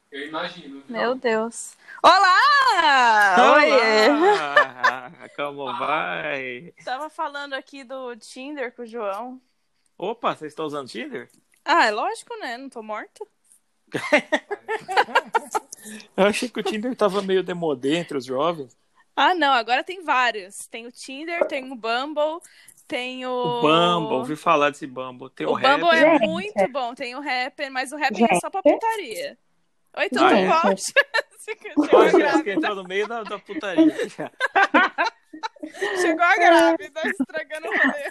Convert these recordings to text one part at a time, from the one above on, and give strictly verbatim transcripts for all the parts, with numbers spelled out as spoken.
Eu imagino. Meu Deus. Olá! Oiê! Olá! Como vai? Tava falando aqui do Tinder com o João. Opa, vocês estão usando Tinder? Ah, é lógico, né? Não tô morta. Eu achei que o Tinder tava meio demodê entre os jovens. Ah, não. Agora tem vários. Tem o Tinder, tem o Bumble, tem o... O Bumble, ouvi falar desse Bumble. Tem o, O Bumble Rapper. é Gente. muito bom. Tem o Rapper, mas o Rapper é Gente. só pra putaria. Oi, tudo Ah, é? bom? Chegou Ó, a Jéssica grávida. entrou no meio da, da putaria. Chegou a grávida, estragando o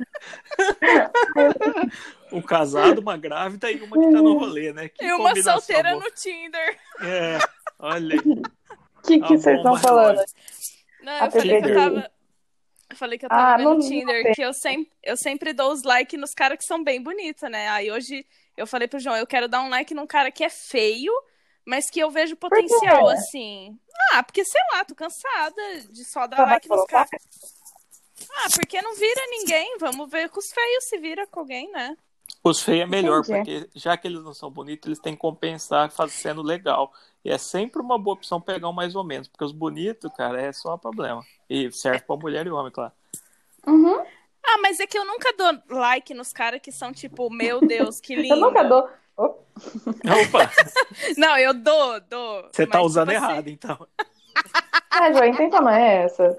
rolê. Um casado, uma grávida e uma que tá no rolê, né? Que E uma combinação solteira boa. no Tinder. É, olha aí. O que, A que vocês estão bomba falando? relógio. Não, A eu falei que eu Tinder. tava... Eu falei que eu tava Ah, vendo não- no não Tinder, sei. que eu sempre, eu sempre dou os likes nos caras que são bem bonitos, né? Aí hoje eu falei pro João, eu quero dar um like num cara que é feio, mas que eu vejo potencial, assim. Ah, porque, sei lá, tô cansada de só dar Ela vai like nos colocar? caras. Ah, porque não vira ninguém. Vamos ver com os feios se vira com alguém, né? Os feios é melhor, Entendi. porque já que eles não são bonitos, eles têm que compensar fazendo legal. E é sempre uma boa opção pegar um mais ou menos, porque os bonitos, cara, é só problema. E serve pra mulher e homem, claro. Uhum. Ah, mas é que eu nunca dou like nos caras que são tipo, meu Deus, que lindo. Eu nunca dou. Oh, Opa, Não, eu dou, dou. você tá mas, usando tipo assim, errado, então. é, João, intenção não é essa.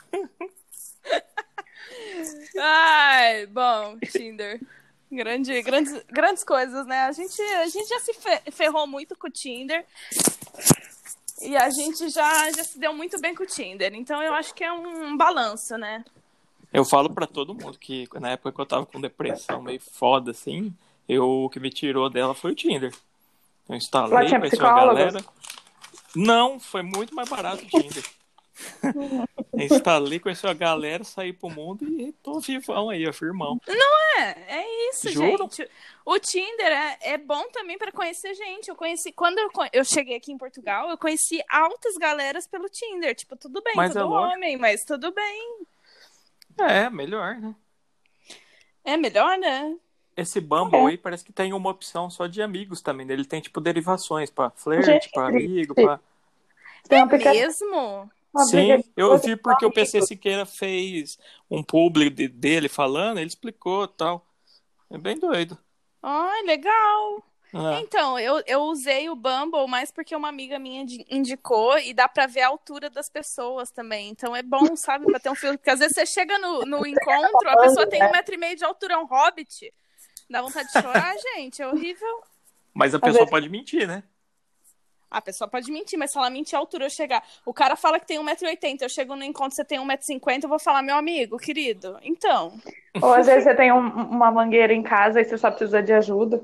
Ai, bom, Tinder. Grande, grandes, grandes coisas, né? A gente, a gente já se fe- ferrou muito com o Tinder. E a gente já, já se deu muito bem com o Tinder. Então eu acho que é um balanço, né? Eu falo pra todo mundo que na época que eu tava com depressão meio foda, assim, eu, o que me tirou dela foi o Tinder. Eu Lá instalei, tinha conheci uma psicólogos? galera. Não, foi muito mais barato o Tinder. Eu instalei, conheci uma galera, saí pro mundo e tô vivão aí, ó, firmão. É, é isso, Juro? gente. O Tinder é, é bom também pra conhecer gente. Eu conheci, quando eu, co- eu cheguei aqui em Portugal, eu conheci altas galeras pelo Tinder. Tipo, tudo bem, Mas tudo é lógico. homem, mas tudo bem. É, melhor, né? É melhor, né? Esse Bumble aí parece que tem uma opção só de amigos também, né? Ele tem, tipo, derivações pra flerte, Gente, pra que amigo, triste. pra... Tem um É aplicativo. mesmo? Uma Sim, briga de eu coisa vi porque o P C comigo. Siqueira fez um publi de- dele falando, ele explicou e tal. É bem doido. Ai, legal. É. Então, eu, eu usei o Bumble mais porque uma amiga minha indi- indicou e dá pra ver a altura das pessoas também. Então é bom, sabe, pra ter um filtro. Porque às vezes você chega no, no encontro, a pessoa tem um metro e meio de altura, é um hobbit. Dá vontade de chorar, gente, é horrível. Mas a Às pessoa vezes- pode mentir, né? A pessoa pode mentir, mas se ela mentir a altura, eu chegar. O cara fala que tem um metro e oitenta, eu chego no encontro, você tem um metro e cinquenta, eu vou falar, meu amigo, querido. Então, Ou às vezes você tem um- uma mangueira em casa e você só precisa de ajuda.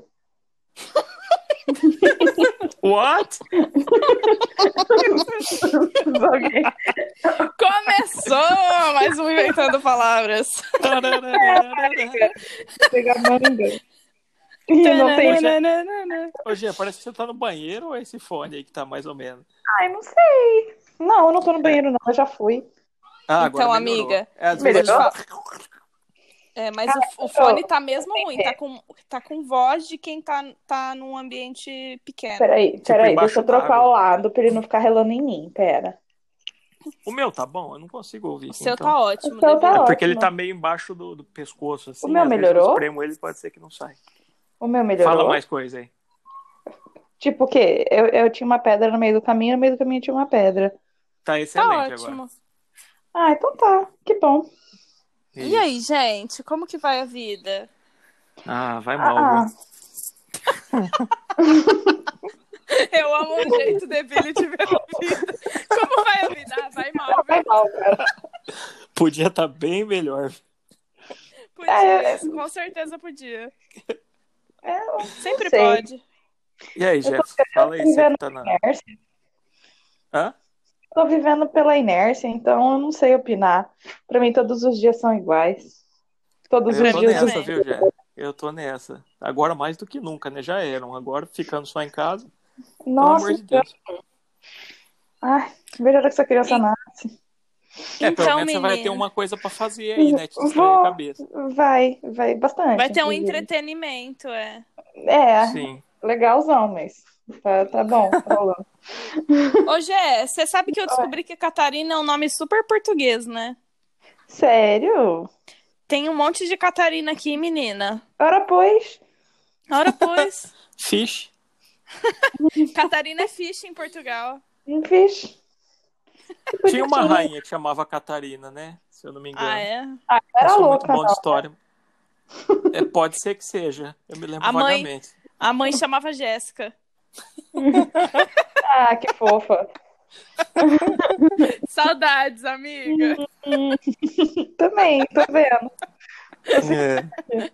What? Alguém- começou mais um Inventando Palavras. Pegar manga. E não tem. Ô, Gê, parece que você tá no banheiro ou é esse fone aí que tá mais ou menos? Ai, não sei. Não, eu não tô no banheiro, não. Eu já fui. Ah, agora Então, melhorou. amiga, É, às vezes melhorou? a gente fala- É, mas o, o fone tá mesmo ruim, tá com, tá com voz de quem tá, tá num ambiente pequeno. Peraí, peraí. embaixo Deixa eu trocar d'água. o lado pra ele não ficar relando em mim. Pera. O meu tá bom? Eu não consigo ouvir. O seu então. tá ótimo, O seu tá Davi. É porque ele ótimo. tá meio embaixo do, do pescoço, assim. O meu às vezes melhorou? eu espremo ele, pode ser que não sai. O meu melhorou. Fala mais coisa aí. Tipo o quê? Eu, eu tinha uma pedra no meio do caminho, no meio do caminho tinha uma pedra. Tá Tá excelente ótimo. agora. Ah, então tá. Que bom. E aí, gente, como que vai a vida? Ah, vai mal, Ah, viu? Eu amo o jeito de Billy de ver a vida. Como vai a vida? Ah, vai mal, ah, vai viu? mal, cara. Podia estar bem melhor. Podia, É, isso, com certeza podia. É, eu Sempre não sei. pode. E aí, Eu tô Jeff? Fala aí, você vivendo que tá na... inércia. Hã? Tô vivendo pela inércia, então eu não sei opinar. Pra mim, todos os dias são iguais. Todos Eu os tô dias. nessa, também. viu, Jeff? Eu tô nessa. Agora mais do que nunca, né? Já eram. Agora ficando só em casa. Pelo Nossa, amor de Deus. ai, veja a hora que essa criança E- nasce. É, pelo Então, menos você vai ter menino, uma coisa pra fazer aí, né? Te distrair Vou. a cabeça. Vai, vai bastante. vai ter um inclusive. entretenimento, é. É, Sim. legalzão, mas tá, tá bom, tá rolando. Ô, Gé, você sabe que eu descobri que Catarina é um nome super português, né? Sério? Tem um monte de Catarina aqui, menina. Ora, pois. Ora, pois. Fish. Catarina é fish em Portugal. Não fiz. Tinha uma rainha que chamava Catarina, né? Se eu não me engano. Ah, é? Ah, Eu era sou muito louca, bom de não. história. É, pode ser que seja. Eu me lembro A mãe- vagamente. A mãe chamava Jéssica. Ah, que fofa. Saudades, amiga. Também, tô vendo. É.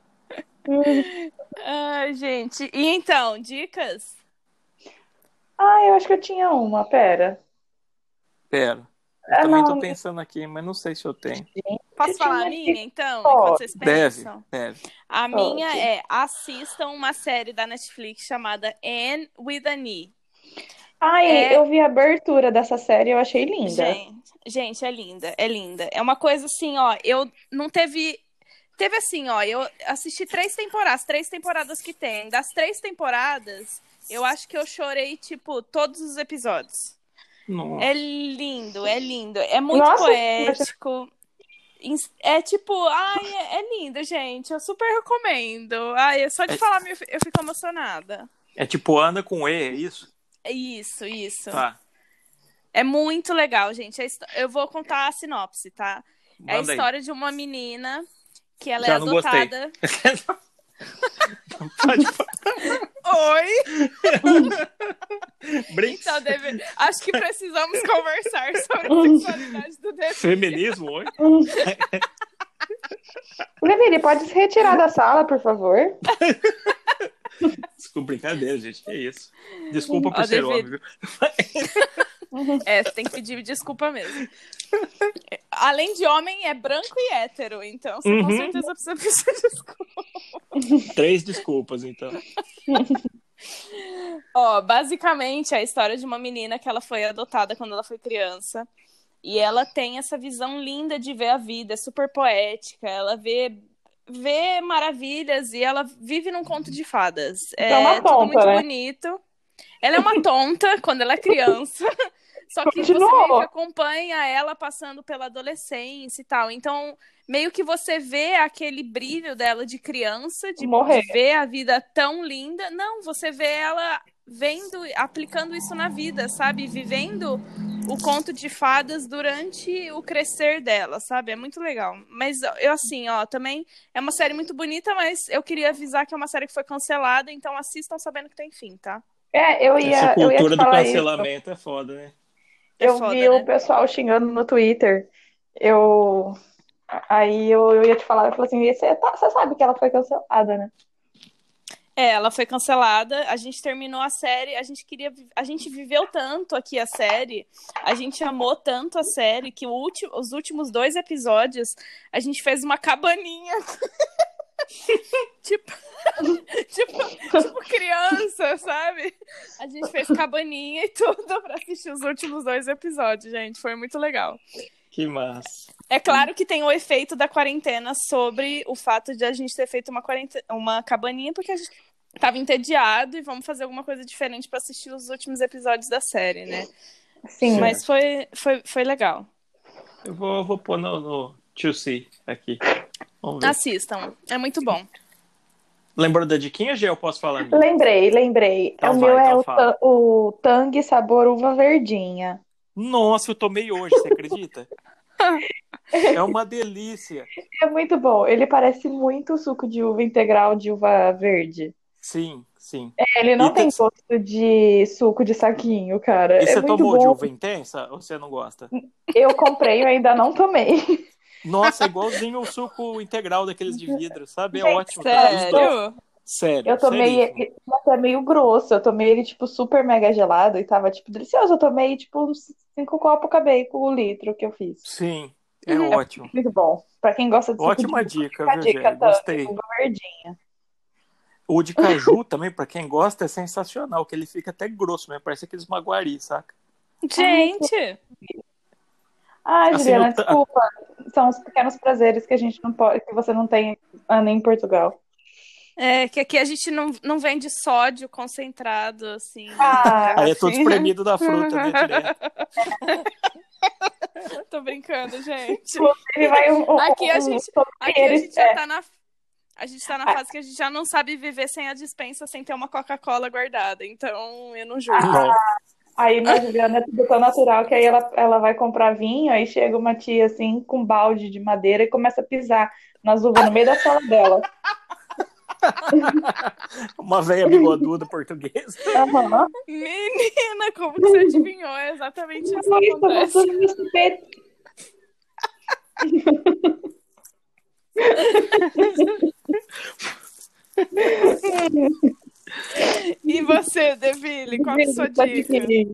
Ai, gente. E então, dicas? Ah, eu acho que eu tinha uma, pera. Pera. Eu Ah, também não, tô pensando aqui, mas não sei se eu tenho. Posso eu tinha falar a uma minha, então? Pode. Enquanto vocês Deve, pensam? deve. A minha Pode. é assistam uma série da Netflix chamada Anne with an E. Ai, É- eu vi a abertura dessa série e eu achei linda. Gente, gente, é linda, é linda. É uma coisa assim, ó, eu não teve. Teve assim, ó, eu assisti três temporadas, três temporadas que tem. Das três temporadas, eu acho que eu chorei, tipo, todos os episódios. Nossa. É lindo, é lindo. É muito Nossa, poético. Ins- É tipo, ai, é, é lindo, gente. Eu super recomendo. Ai, só de É- falar eu eu fico emocionada. É tipo Ana com E, é isso? É isso, isso. Tá. É muito legal, gente. A histó- Eu vou contar a sinopse, tá? É a Manda aí. história de uma menina que ela Já é não gostei. adotada. Pode falar. Oi! Brinks. Então, deve... acho que precisamos conversar sobre a sexualidade do David. Feminismo, oi? Levi, pode se retirar da sala, por favor? Desculpa, brincadeira, gente. Que isso. Desculpa por Ó, ser David. homem, viu? É, tem que pedir desculpa mesmo. Além de homem, é branco e hétero, então você com Uhum. certeza precisa pedir desculpa. Três desculpas, então. Ó, basicamente é a história de uma menina que ela foi adotada quando ela foi criança. E ela tem essa visão linda de ver a vida, é super poética. Ela vê, vê maravilhas e ela vive num conto de fadas. É, É uma tudo tonta, muito né? bonito. Ela é uma tonta quando ela é criança. Só que você Continuou. meio que acompanha ela passando pela adolescência e tal. Então, meio que você vê aquele brilho dela de criança, de, Morrer. de ver a vida tão linda. Não, você vê ela vendo, aplicando isso na vida, sabe? Vivendo o conto de fadas durante o crescer dela, sabe? É muito legal. Mas eu, assim, ó, também é uma série muito bonita, mas eu queria avisar que é uma série que foi cancelada, então assistam sabendo que tem fim, tá? É, eu Essa ia, eu ia cultura te do falar isso. cancelamento é foda, né? É Eu foda, vi né? o pessoal xingando no Twitter. Eu. Aí eu, eu ia te falar, eu falei assim, você tá- você sabe que ela foi cancelada, né? É, ela foi cancelada, a gente terminou a série, a gente queria, vi- a gente viveu tanto aqui a série, a gente amou tanto a série que o último, os últimos dois episódios a gente fez uma cabaninha. tipo, tipo, tipo criança, sabe? A gente fez cabaninha e tudo pra assistir os últimos dois episódios, gente, foi muito legal. Que massa. É claro que tem o efeito da quarentena sobre o fato de a gente ter feito uma, quarente... uma cabaninha, porque a gente tava entediado e vamos fazer alguma coisa diferente pra assistir os últimos episódios da série, né? Sim. Certo. Mas foi, foi, foi legal. Eu vou, eu vou pôr no, no to see aqui. Vamos ver. Assistam, é muito bom. Lembrou da diquinha, Gê? Eu posso falar? minha? Lembrei, lembrei. Então o vai, meu é então o, fala. ta- o Tang sabor uva verdinha. Nossa, eu tomei hoje, você acredita? É uma delícia. É muito bom. Ele parece muito suco de uva integral de uva verde. Sim, sim. Ele não E tem te- gosto de suco de saquinho, cara. E É você muito tomou de bom. uva intensa ou você não gosta? Eu comprei, eu ainda não tomei. Nossa, é igualzinho o suco integral daqueles de vidro, sabe? É Gente, ótimo. cara. Os dois- Sério? Sério, Eu tomei seríssimo. ele, mas é meio grosso. Eu tomei ele, tipo, super mega gelado e tava, tipo, delicioso. Eu tomei, tipo, uns cinco copos, acabei com o litro que eu fiz. Sim, é Uhum. ótimo. Muito bom. Pra quem gosta de suco de Ótima uva, dica, fica a viu, dica, Gê? tá? Gostei. Uva verdinha. O de caju também, pra quem gosta, é sensacional, que ele fica até grosso mesmo, parece aqueles maguari, saca? Gente, Ai, Assim, Juliana, eu ta- desculpa. São os pequenos prazeres que a gente não pode, que você não tem ah, nem em Portugal. É, que aqui a gente não, não vende sódio concentrado, assim. Ah, Aí é tudo Assim. espremido da fruta, né, direto. Tô brincando, gente. inclusive vai um, um, Aqui a um gente, aqui a sommelier, gente já é. tá na, a gente tá na Ah, fase que a gente já não sabe viver sem a despensa, sem ter uma Coca-Cola guardada. Então, eu não julgo. Não. aí na Juliana é tudo tão natural que aí ela, ela vai comprar vinho, aí chega uma tia assim com um balde de madeira e começa a pisar nas uvas no meio da sala dela. Uma velha bigoduda portuguesa. Aham. Menina, como que você adivinhou? É exatamente isso que Foi isso, eu acontece. vou me saber. E você, Deville, qual que é a sua dica?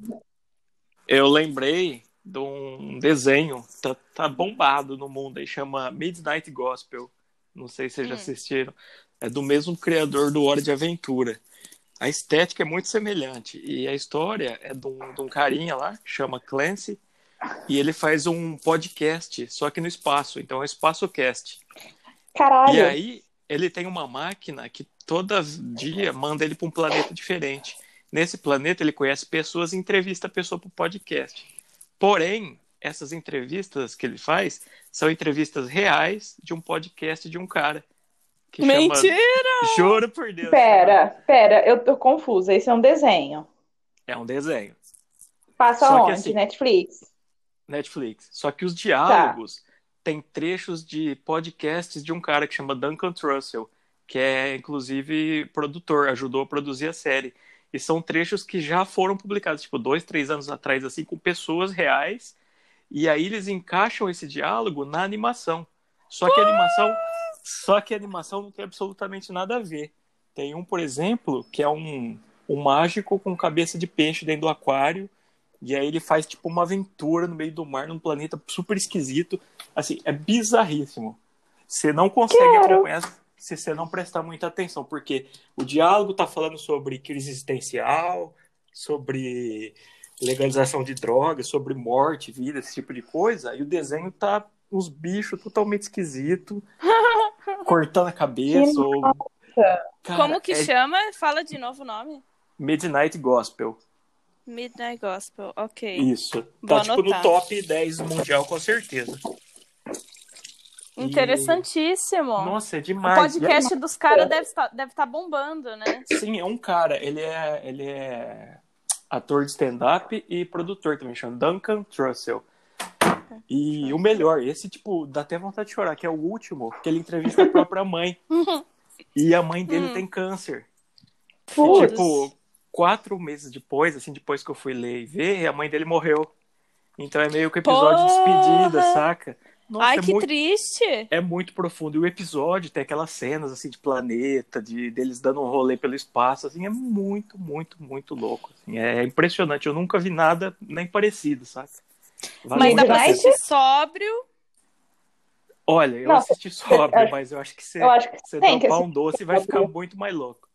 Eu lembrei de um desenho, tá, tá bombado no mundo aí, chama Midnight Gospel. Não sei se vocês já Hum. assistiram. É do mesmo criador do Hora de Aventura. A estética é muito semelhante. E a história é de um, de um carinha lá, chama Clancy, e ele faz um podcast, só que no espaço. Então é EspaçoCast. Caralho. E aí ele tem uma máquina que todo dia manda ele para um planeta diferente. Nesse planeta ele conhece pessoas e entrevista a pessoa para o podcast. Porém, essas entrevistas que ele faz são entrevistas reais de um podcast de um cara. Que Mentira! Chama... Juro por Deus. Pera, pera, eu tô confusa. Esse é um desenho. É um desenho. Passa Só que onde? assim, Netflix? Netflix. Só que os diálogos têm trechos de podcasts de um cara que chama Duncan Trussell, que é, inclusive, produtor, ajudou a produzir a série. E são trechos que já foram publicados, tipo, dois, três anos atrás, assim, com pessoas reais. E aí eles encaixam esse diálogo na animação. Só que a animação, só que a animação não tem absolutamente nada a ver. Tem um, por exemplo, que é um, um mágico com cabeça de peixe dentro do aquário. E aí ele faz, tipo, uma aventura no meio do mar, num planeta super esquisito. Assim, é bizarríssimo. Você não consegue Quero. acompanhar se você não prestar muita atenção, porque o diálogo tá falando sobre crise existencial, sobre legalização de drogas, sobre morte, vida, esse tipo de coisa, e o desenho tá uns bichos totalmente esquisitos, cortando a cabeça, Que ou... Cara, Como que é chama? Fala de novo o nome. Midnight Gospel. Midnight Gospel, ok. Isso. Vou Tá tipo no anotar. top dez mundial, com certeza. E- Interessantíssimo. Nossa, é O demais. E aí, podcast dos caras deve estar deve tá bombando, né? sim, é um cara, ele é, ele é ator de stand-up e produtor também, chama Duncan Trussell. E o melhor, esse, tipo, dá até vontade de chorar, que é o último, que ele entrevista a própria mãe. E a mãe dele Hum. tem câncer. E, Putz. tipo, quatro meses depois, assim, depois que eu fui ler e ver, a mãe dele morreu. Então é meio que episódio de despedida, Porra! saca? Nossa, Ai, é que muito, triste. é muito profundo. E o episódio tem aquelas cenas, assim, de planeta, de deles dando um rolê pelo espaço, assim, é muito, muito, muito louco. Assim, é impressionante. Eu nunca vi nada nem parecido, saca? Vale Mas dá muito pra a pena. assistir sóbrio. Olha, eu Não, assisti sóbrio, acho- mas eu acho que você, eu acho que você tem que dropar um assistir doce vai ficar muito mais louco.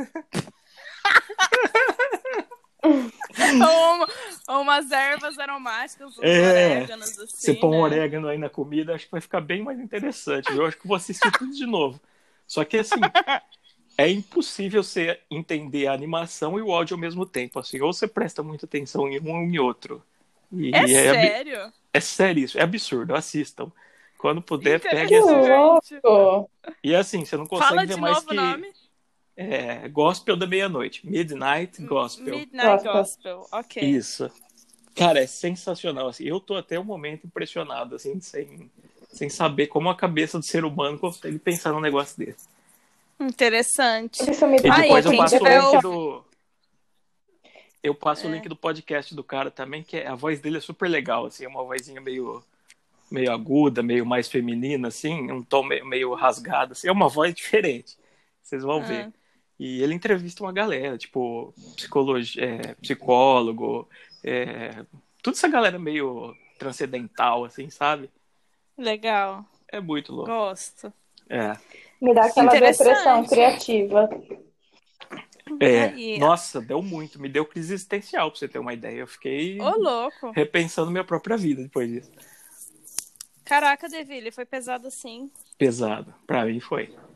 Ou, uma- ou umas ervas aromáticas, uns É, oréganos, assim, Você põe um né? orégano aí na comida, acho que vai ficar bem mais interessante. Eu acho que vou assistir tudo de novo. Só que, assim, é impossível você entender a animação e o áudio ao mesmo tempo. Assim, ou você presta muita atenção em um ou em outro. E É abi- sério? é sério isso, é absurdo. Assistam. Quando puder, pegue e Que assista. louco. E assim, você não consegue Fala ver de mais novo que o nome. é, Gospel da Meia-Noite. Midnight Gospel. Midnight Gospel. Gospel, ok. Isso. Cara, é sensacional. Assim, eu tô até o momento impressionado, assim, sem, sem saber como a cabeça do ser humano consegue pensar num negócio desse. Interessante. Isso me E dá Aí, depois eu quem passo o tiver link o- do. Eu passo o É. link do podcast do cara também, que é- a voz dele é super legal, assim, é uma vozinha meio, meio aguda, meio mais feminina, assim, um tom meio, meio rasgado, assim, é uma voz diferente. Vocês vão Ah. ver. E ele entrevista uma galera, tipo, psicologia, é, psicólogo, é, toda essa galera meio transcendental, assim, sabe? Legal. É muito louco. Gosto. É. Me dá aquela Interessante. depressão criativa. É. Aí. Nossa, deu muito. Me deu crise existencial, pra você ter uma ideia. Eu fiquei Ô, louco. repensando minha própria vida depois disso. Caraca, Deville, foi pesado assim. Pesado. Pra mim foi.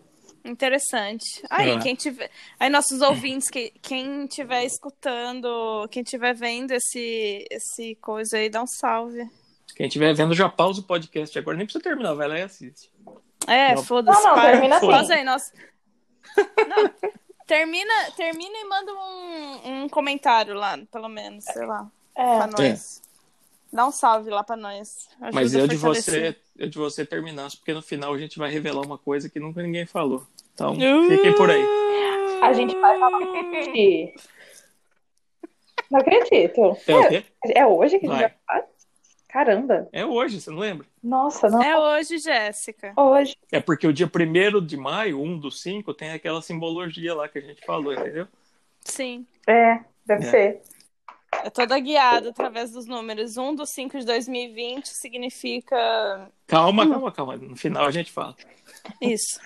Interessante. Aí, É. quem tiver. Aí, nossos ouvintes, que, quem tiver escutando, quem tiver vendo esse, esse coisa aí, dá um salve. Quem estiver vendo, já pausa o podcast agora. Nem precisa terminar, vai lá e assiste. É, Não. foda-se. Não, não, para. termina assim. Pausa aí, nossa. Não, termina, termina e manda um, um comentário lá, pelo menos, sei lá, É. pra nós. Dá um salve lá pra nós. Ajuda Mas a eu de, fortalecer. você, eu de você terminar, porque no final a gente vai revelar uma coisa que nunca ninguém falou. Então, fiquem por aí. A gente vai falar de... Não acredito. É o quê? É, é hoje que a gente Vai. vai falar? Caramba. É hoje, você não lembra? Nossa, não. É hoje, Jéssica. Hoje. É porque o dia primeiro de maio, um dos cinco, tem aquela simbologia lá que a gente falou, entendeu? Sim. É, deve É. ser. É toda guiada através dos números. um do cinco de dois mil e vinte significa Calma, calma, calma. No final a gente fala. isso.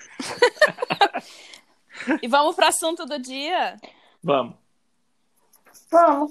E vamos pro assunto do dia? Vamos. Vamos.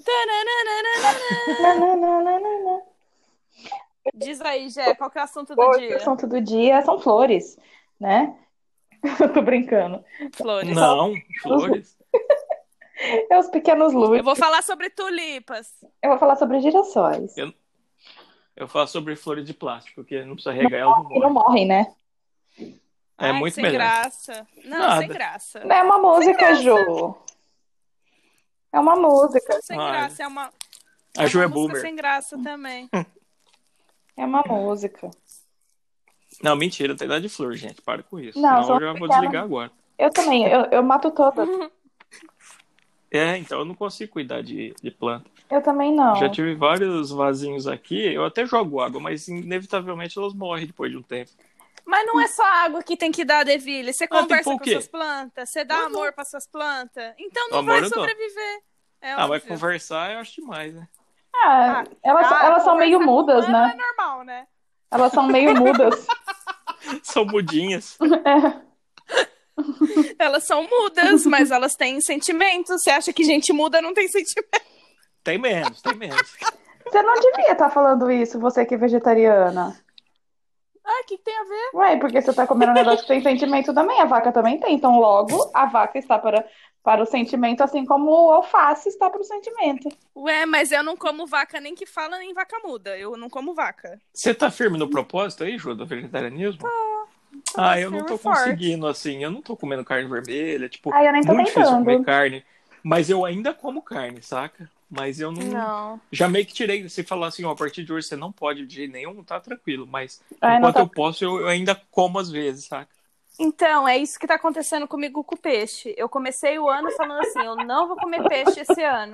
Diz aí, Jé, qual que é o assunto do Hoje o dia? assunto do dia são flores, né? Eu tô brincando. Flores. Não, flores. É os pequenos luzes. Eu vou falar sobre tulipas. Eu vou falar sobre girassóis. Eu, eu falo sobre flores de plástico, que não precisa regar elas, não Que não morrem. morrem, né? É Ai, muito sem melhor. graça. Não, Nada. sem graça. É uma música, Ju. É uma música. Sem Ai. graça. É uma, A Ju uma é música boomer. sem graça também. É uma música. Não, mentira, tem nada de flor, gente. Para com isso. Não, Senão são eu já vou pequenas. desligar agora. Eu também, eu, eu mato todas. É, então eu não consigo cuidar de, de planta. Eu também não. Já tive vários vasinhos aqui, eu até jogo água, mas inevitavelmente elas morrem depois de um tempo. Mas não é só água que tem que dar, Deville. Você Ah, tem que conversa pôr o com quê? suas plantas, você dá Eu amor não. para suas plantas. Então não Amor vai eu dou. sobreviver. É Ah, mas óbvio. conversar eu acho demais, né? Ah, elas, Ah, elas são meio conversar com mudas, humano né? É normal, né? Elas são meio mudas. São mudinhas. É. Elas são mudas, mas elas têm sentimentos. Você acha que gente muda não tem sentimento? Tem menos, tem menos. Você não devia estar falando isso, você que é vegetariana. Ah, o que, que tem a ver? Ué, porque você tá comendo um negócio que tem sentimento também. A vaca também tem. Então, logo, a vaca está para, para o sentimento, assim como o alface está para o sentimento. Ué, mas eu não como vaca nem que fala nem vaca muda. Eu não como vaca. Você tá firme no propósito aí, Ju, do vegetarianismo? Ah, eu não tô firme e forte. conseguindo, assim, eu não tô comendo carne vermelha, tipo, Ah, eu nem tô muito difícil tentando. comer carne, mas eu ainda como carne, saca? Mas eu não, Não. já meio que tirei, se falar assim, ó, a partir de hoje você não pode de jeito nenhum, tá tranquilo, mas Ai, não enquanto tá- eu posso, eu, eu ainda como às vezes, saca? Então, é isso que tá acontecendo comigo com o peixe. Eu comecei o ano falando assim, eu não vou comer peixe esse ano.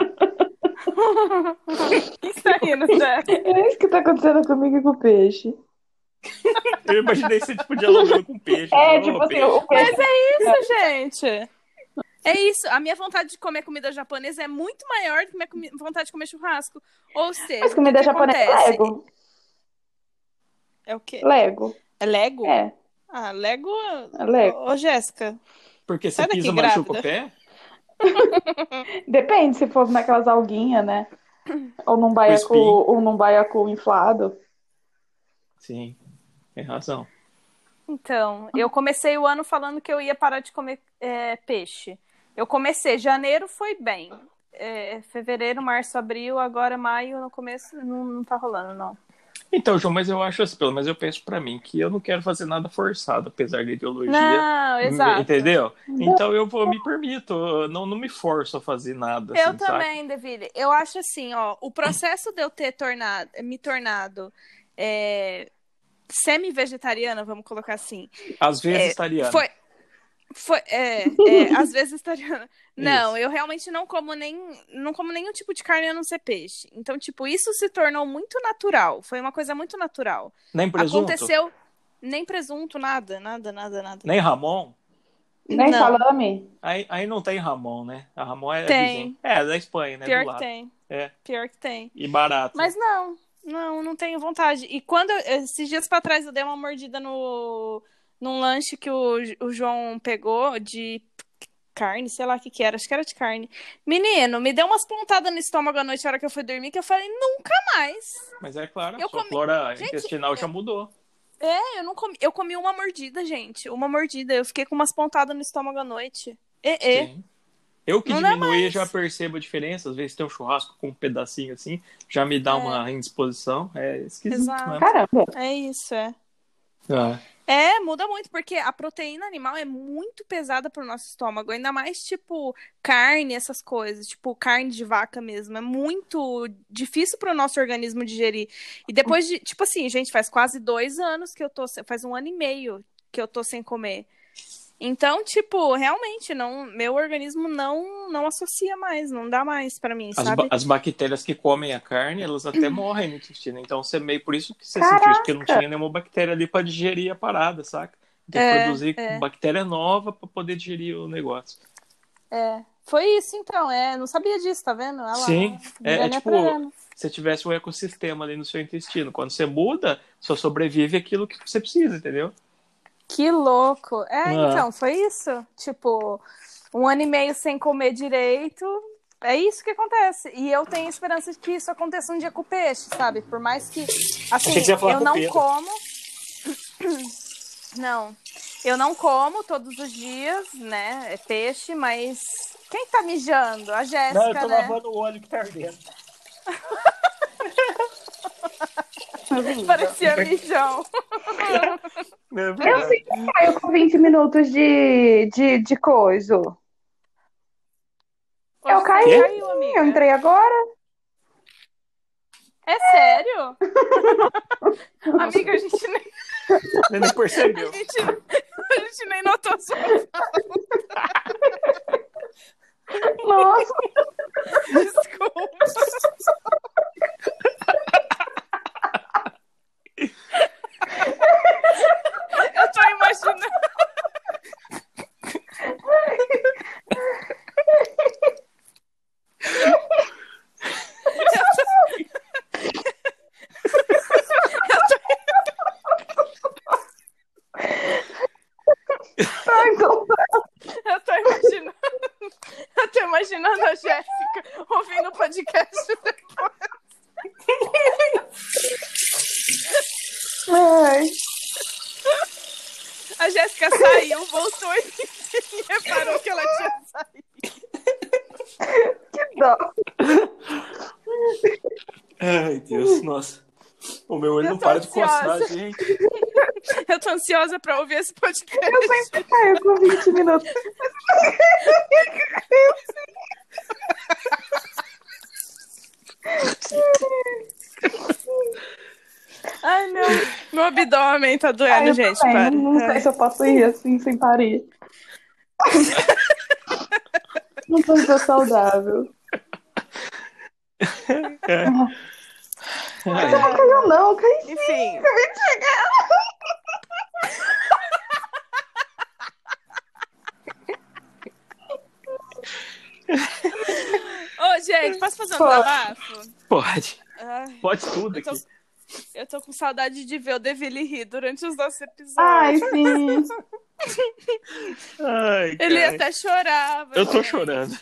O que você tá rindo, Jé? É isso que tá acontecendo comigo e com o peixe. Eu imaginei você, tipo, dialogando com peixe. É, Ô, tipo assim, peixe. o peixe. Mas é isso, gente. É isso. A minha vontade de comer comida japonesa é muito maior do que a minha comi- vontade de comer churrasco. Ou seja, Mas o comida que que japonesa é acontece? Lego. É o quê? Lego. É Lego? É, Ah, Lego... é Lego. Ô, Jéssica. Porque você Sai daqui, pisa, machuca grávida. o pé? Depende se for naquelas alguinhas, né? Ou num baiacu, espinho. ou num baiacu inflado. Sim, tem razão. Então, eu comecei o ano falando que eu ia parar de comer é, peixe. Eu comecei, janeiro foi bem. É, fevereiro, março, abril, agora maio, no começo não, não tá rolando, não. Então, João, mas eu acho assim, pelo menos eu penso pra mim, que eu não quero fazer nada forçado, apesar da ideologia. Não, exato. Entendeu? Então eu vou, me permito, eu não, não me forço a fazer nada. Eu assim, saca? também, Deville. Eu acho assim, ó, o processo de eu ter tornado, me tornado é, semi-vegetariana, vamos colocar assim, Às vezes É, estaria. foi, foi, é, é, às vezes vegetariana. Não, Isso. eu realmente não como nem, não como nenhum tipo de carne a não ser peixe. Então, tipo, isso se tornou muito natural. Foi uma coisa muito natural. Nem presunto? Aconteceu nem presunto, nada, nada, nada, nada. Nem Ramon? Nem Não. salame. Aí, aí não tem Ramon, né? A Ramon é Tem. vizinho. É, da Espanha, né? Pior do que lado. tem. É. Pior que tem. E barato. Mas não, não, não tenho vontade. E quando, eu- esses dias pra trás, eu dei uma mordida no, num lanche que o, o João pegou de carne, sei lá o que que era, acho que era de carne. Menino, me deu umas pontadas no estômago à noite, na hora que eu fui dormir, que eu falei, nunca mais. Mas é claro, Eu sua comi- flora Gente, intestinal já mudou. É, eu não comi. Eu comi uma mordida, gente. Uma mordida. Eu fiquei com umas pontadas no estômago à noite. É, é. Sim. Eu que Não dá diminui mais. já percebo a diferença. Às vezes tem um churrasco com um pedacinho assim, já me dá É. uma indisposição. É esquisito, Exato. né? Caramba. É isso, é. Ah, É, muda muito, porque a proteína animal é muito pesada pro nosso estômago. Ainda mais, tipo, carne, essas coisas. Tipo, carne de vaca mesmo. É muito difícil pro nosso organismo digerir. E depois de, tipo assim, gente, faz quase dois anos que eu tô... Faz um ano e meio que eu tô sem comer. Então, tipo, realmente, não, meu organismo não, não associa mais, não dá mais pra mim, as, sabe? ba- as bactérias que comem a carne, elas até morrem no intestino. Então, você meio por isso que você Caraca. sentiu que não tinha nenhuma bactéria ali pra digerir a parada, saca? Tem que É, produzir é. bactéria nova pra poder digerir o negócio. É. Foi isso, então. É, não sabia disso, tá vendo? Olha lá. Sim, é, é Vivendo e tipo, aprendendo. se tivesse um ecossistema ali no seu intestino. Quando você muda, só sobrevive aquilo que você precisa, entendeu? Que louco. É, Ah. então, foi isso. Tipo, um ano e meio sem comer direito. É isso que acontece. E eu tenho esperança de que isso aconteça um dia com o peixe, sabe? Por mais que. Assim, Achei que você ia falar eu com o não Pedro. como. Não. Eu não como todos os dias, né? É peixe, mas. Quem tá mijando? A Jéssica, Não, eu tô né? lavando o óleo que tá ardendo. Parecia mijão. É Eu verdade. sempre saio com vinte minutos de, de, de coisa. Hoje Eu você caí, caiu, amiga. eu entrei agora. É sério? Amiga, a gente nem, Você nem percebeu. a gente, a gente nem notou a sua Nossa, desculpa. Eu tô imaginando. ai, então, Eu tô imaginando. Eu tô imaginando a Jéssica ouvindo o podcast depois. ai, A Jéssica saiu, voltou e reparou que ela tinha saído. que dó. Ai, Deus, nossa. O meu olho Eu não tô para de coçar, ansiosa. gente. Eu tô ansiosa pra ouvir esse podcast. Eu sempre caio com vinte minutos. Ai, meu, meu abdômen tá doendo, Ai, eu gente. também, Para. não, não sei se eu posso ir assim sem parir. Não tô tão saudável. É. Mas você não caiu, não, eu caí sim. Enfim. Acabei de chegar. Ô, gente, posso fazer um Pode. desabafo? Pode. Ai, Pode tudo eu tô, aqui. eu tô com saudade de ver o Deville rir durante os nossos episódios. Ai, sim. Ai, Ele cara. até chorava. Eu tô gente. chorando.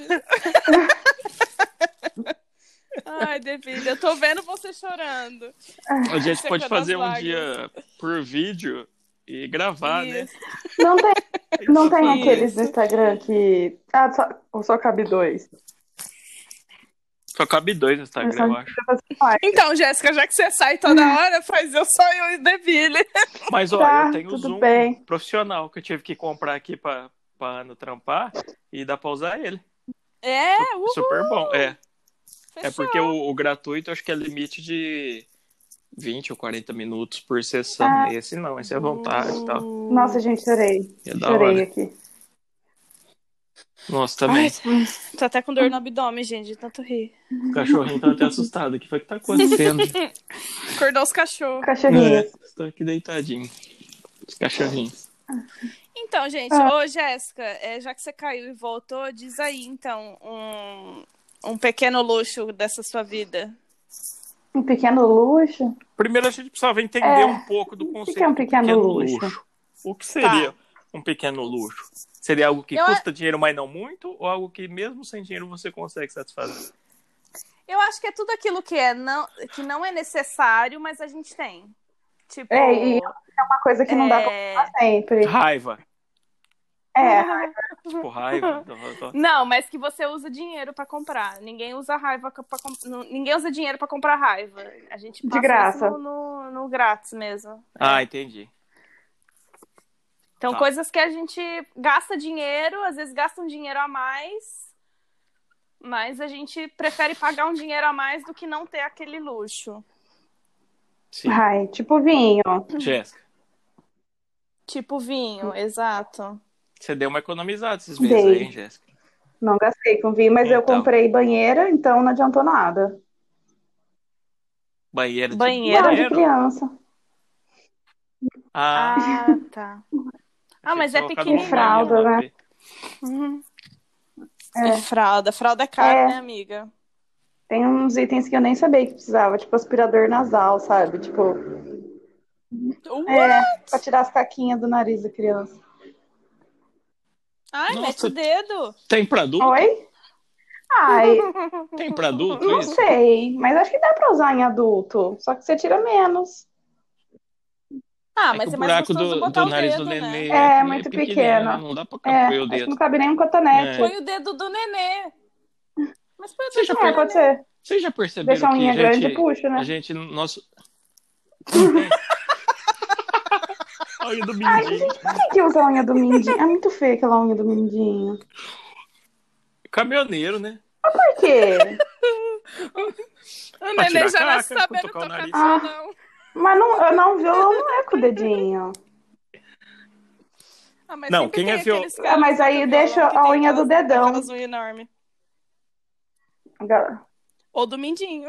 Ai, Deville, eu tô vendo você chorando. A gente Secando pode fazer as um lágrimas. dia por vídeo e gravar, né? Isso. Não tem, não tem Isso. aqueles do Instagram que... Ah, só, ou só cabe dois. Só cabe dois no Instagram, eu acho. Então, Jéssica, já que você sai toda hora, faz eu só eu e o Deville. Mas, ó, Tá, eu tenho o tudo Zoom bem. profissional que eu tive que comprar aqui pra, pra Ana trampar e dá pra usar ele. É, uhul. Super bom. É, Fechou. é porque o, o gratuito acho que é limite de vinte ou quarenta minutos por sessão. Ah. Esse não, esse é à vontade e tal. Nossa, gente, chorei. É da Chorei hora. aqui. Nossa, também. Ai, tô até com dor no abdômen, gente, de tanto rir. O cachorrinho tá até assustado. O que foi que tá acontecendo? Acordou os cachorros. Cachorrinho. É, estou aqui deitadinho. Os cachorrinhos. Então, gente, Ah. ô Jéssica, é, já que você caiu e voltou, diz aí, então, um, um pequeno luxo dessa sua vida. Um pequeno luxo? Primeiro a gente precisava entender É, um pouco do o que conceito que é um de pequeno pequeno luxo? luxo. O que seria um pequeno luxo? Seria algo que Eu- custa dinheiro, mas não muito? Ou algo que mesmo sem dinheiro você consegue satisfazer? Eu acho que é tudo aquilo que, é não, que não é necessário, mas a gente tem. Tipo. É, e é uma coisa que não dá pra é... comprar sempre. Raiva. É, Tipo, raiva. Não, mas que você usa dinheiro pra comprar. Ninguém usa raiva pra comp... Ninguém usa dinheiro pra comprar raiva. A gente passa de graça. isso no, no, no grátis mesmo. Ah, é. entendi. Então, Tá. coisas que a gente gasta dinheiro, às vezes gasta um dinheiro a mais, mas a gente prefere pagar um dinheiro a mais do que não ter aquele luxo. Sim. Ai, tipo vinho. Jéssica, Tipo vinho, exato. você deu uma economizada esses meses Dei. aí, hein, Jéssica? Não gastei com vinho, mas eu Então. comprei banheira, então não adiantou nada. Banheiro de Banheira? Não, de banheiro? criança. Ah, Ah, tá. Ah, achei mas que é você colocado num pequenininho. fralda, banheiro, né? né? Uhum. É. É fralda. Fralda é caro, É. né, amiga? Tem uns itens que eu nem sabia que precisava, tipo aspirador nasal, sabe? Tipo, é, pra What? tirar as caquinhas do nariz da criança. Ai, mete Nossa, o dedo. tem pra adulto? Oi? Ai, Tem pra adulto não isso? sei, mas acho que dá pra usar em adulto, só que você tira menos. Ah, É que mas o é mais buraco gostoso do, botar do o nariz do dedo, né? nenê É, é, é muito pequenininho, né? pequeno. Não dá pra É, pôr o acho que dedo. não cabe nem um cotonete. É. Põe o dedo do nenê. Mas põe o Você dedo já, do per... É, pode nenê. ser. Vocês já perceberam Deixa a que unha a grande e gente, puxa, né? a gente, nosso... Não tem. A unha do Ai, mindinho. gente, por que que usa a unha do mindinho? É muito feia aquela unha do mindinho. Caminhoneiro, né? Por quê? O Pra nenê tirar já nasce caca, sabendo tocar o tocar nariz. violão. Mas não, eu não, violão não é com o dedinho. Ah, mas Não, sempre quem tem é viol... aqueles Ah, caras mas que aí tocam deixa violão que a tem unha do aquelas, dedão. aquelas unhas enormes. Agora, Ou do mindinho.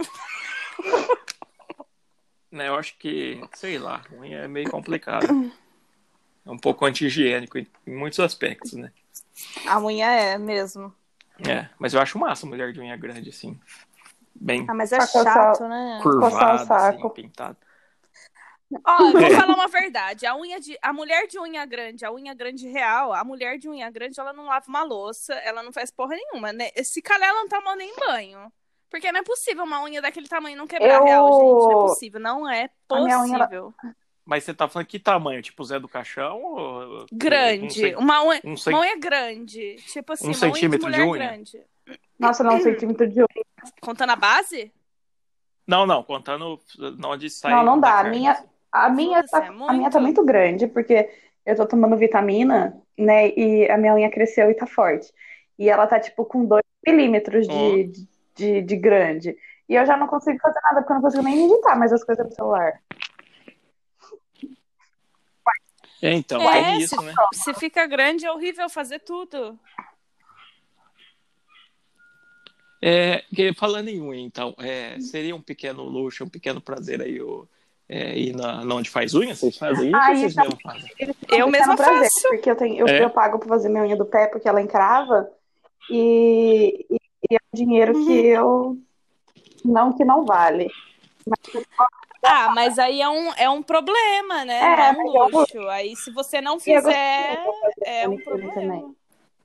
Né, eu acho que, sei lá, unha é meio complicado. É um pouco anti-higiênico em em muitos aspectos, né? A unha é mesmo. É, mas eu acho massa mulher de unha grande, assim. Bem Ah, mas é pra coçar, chato, né? coçar o curvada, assim, saco. pintada. Ó, eu vou É. falar uma verdade. A unha de, a mulher de unha grande, a unha grande real, a mulher de unha grande, ela não lava uma louça, ela não faz porra nenhuma, né? Se calhar ela não toma nem banho. Porque não é possível uma unha daquele tamanho não quebrar Eu- real, gente. Não é possível. Não é A minha unha, ela- possível. Mas você tá falando que tamanho? Tipo Zé do Caixão? Ou... Grande. Um, cen- Uma unha, um, cen- uma unha grande. Tipo assim, um uma unha de centímetro de mulher unha? grande. Nossa, não, um centímetro de unha. Contando a base? Não, não, contando onde sai Não, não da dá. A carne. minha, assim. a minha, Foda-se, é tá, a minha tá muito? muito grande, porque eu tô tomando vitamina, né? E a minha unha cresceu e tá forte. E ela tá, tipo, com dois milímetros Ó. de, de, de grande. E eu já não consigo fazer nada, porque eu não consigo nem digitar mais as coisas no celular. É, então, É, tem isso, se, né? se fica grande é horrível fazer tudo. É, que, falando em unha, então, é, seria um pequeno luxo, um pequeno prazer aí o, é, ir na, na onde faz unha? Vocês fazem isso ou Aí vocês tá, mesmo fazem? eles ficam Eu um mesma pequeno prazer, faço. porque eu, tenho, eu, É? eu pago pra fazer minha unha do pé, porque ela encrava, e, e é um dinheiro que eu não que não vale. Ah, mas aí é um, é um problema, né? É, Não é um mas é um luxo. Aí se você não E é fizer, gostoso fazer é um manicure problema. também.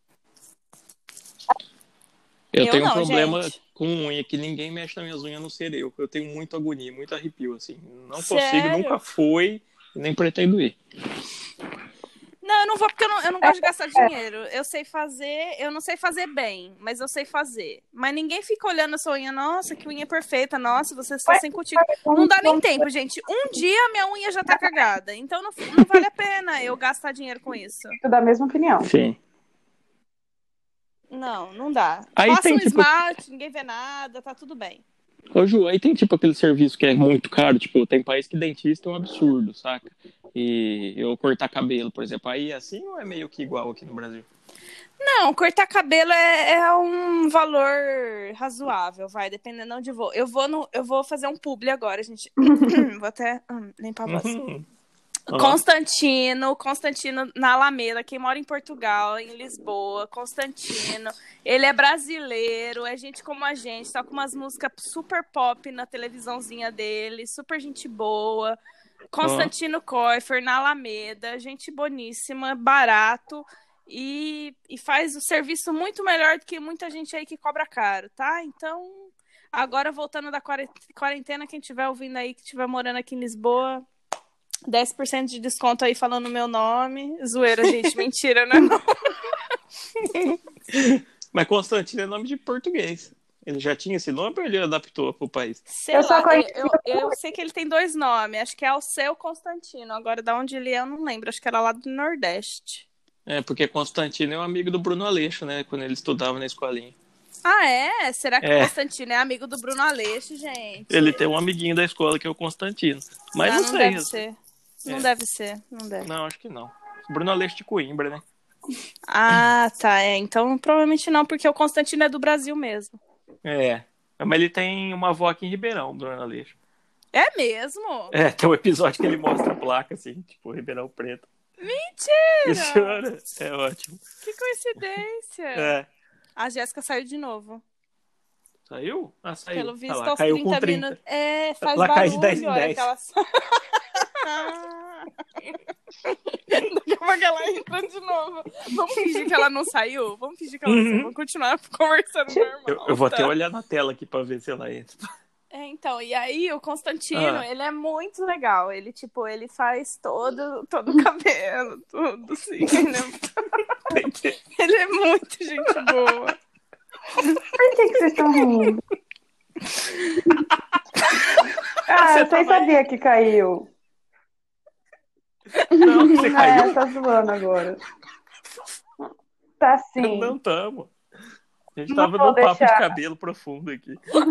Eu, Eu tenho um não, problema gente. com unha, que ninguém mexe nas minhas unhas, a não ser eu. Eu tenho muito agonia, muito arrepio, assim. Não consigo, Sério? nunca fui, nem pretendo ir. Não, eu não vou porque eu não, eu não gosto de gastar dinheiro. Eu sei fazer, eu não sei fazer bem, mas eu sei fazer. Mas ninguém fica olhando a sua unha, nossa, que unha perfeita, nossa, você está sem cutícula. Não dá nem tempo, gente. Um dia a minha unha já tá cagada. Então não, não vale a pena eu gastar dinheiro com isso. Eu da mesma opinião. Sim. Não, não dá. Aí Passa tem, um tipo- esmalte, ninguém vê nada, tá tudo bem. Ô, Ju, aí tem tipo aquele serviço que é muito caro, tipo, tem país que dentista é um absurdo, saca? E eu cortar cabelo, por exemplo, aí é assim ou é meio que igual aqui no Brasil? Não, cortar cabelo é, é um valor razoável, vai, dependendo de onde eu vou. Eu vou, no, eu vou fazer um publi agora, gente. Vou até hum, limpar a voz. Uhum. Ó. Constantino, Constantino na Alameda, quem mora em Portugal, em Lisboa, Constantino, ele é brasileiro, é gente como a gente, toca umas músicas super pop na televisãozinha dele, super gente boa. Constantino Koifer na Alameda, gente boníssima, barato e, e faz o serviço muito melhor do que muita gente aí que cobra caro, tá? Então, agora voltando da quarentena, quem estiver ouvindo aí, que estiver morando aqui em Lisboa, dez por cento de desconto aí falando meu nome. Zoeira, gente. Mentira, né? Não. Mas Constantino é nome de português. Ele já tinha esse nome ou ele adaptou pro país? Sei Eu lá, só conheci eu, eu, eu sei que ele tem dois nomes. Acho que é Alceu Constantino. Agora, de onde ele é, eu não lembro. Acho que era lá do Nordeste. É, porque Constantino é um amigo do Bruno Aleixo, né? Quando ele estudava na escolinha. Ah, é? Será que É. o Constantino é amigo do Bruno Aleixo, gente? Ele tem um amiguinho da escola que é o Constantino. Mas Ah, não, não sei. deve ser. Não É. deve ser. Não deve. Não, acho que não. Bruno Aleixo de Coimbra, né? Ah, tá. É. Então, provavelmente não, porque o Constantino é do Brasil mesmo. É. Mas ele tem uma avó aqui em Ribeirão, Bruno Aleixo. É mesmo? É, tem um episódio que ele mostra a placa, assim, tipo, Ribeirão Preto. Mentira! Senhora, é ótimo. Que coincidência. É. A Jéssica saiu de novo. Saiu? Ah, saiu. Pelo visto, Tá lá, aos caiu trinta com trinta. minutos. É, faz Lá cai barulho. de dez em olha dez. que ela... Daqui a pouco ela entra de novo. Vamos fingir que ela não saiu? Vamos fingir que ela não saiu. Uhum. Vamos continuar conversando normal. Eu, eu vou tá? até olhar na tela aqui pra ver se ela entra. É, então, e aí o Constantino, Ah. ele é muito legal. Ele, tipo, ele faz todo, todo o cabelo, tudo, assim. Né? Ele é muito gente boa. Por que, que vocês estão rindo? Ah, Você eu tá nem sabia que caiu. Não, você caiu? É, tá zoando agora. Tá sim. Não tamo. A gente Não tava vou num papo de deixar. cabelo profundo aqui.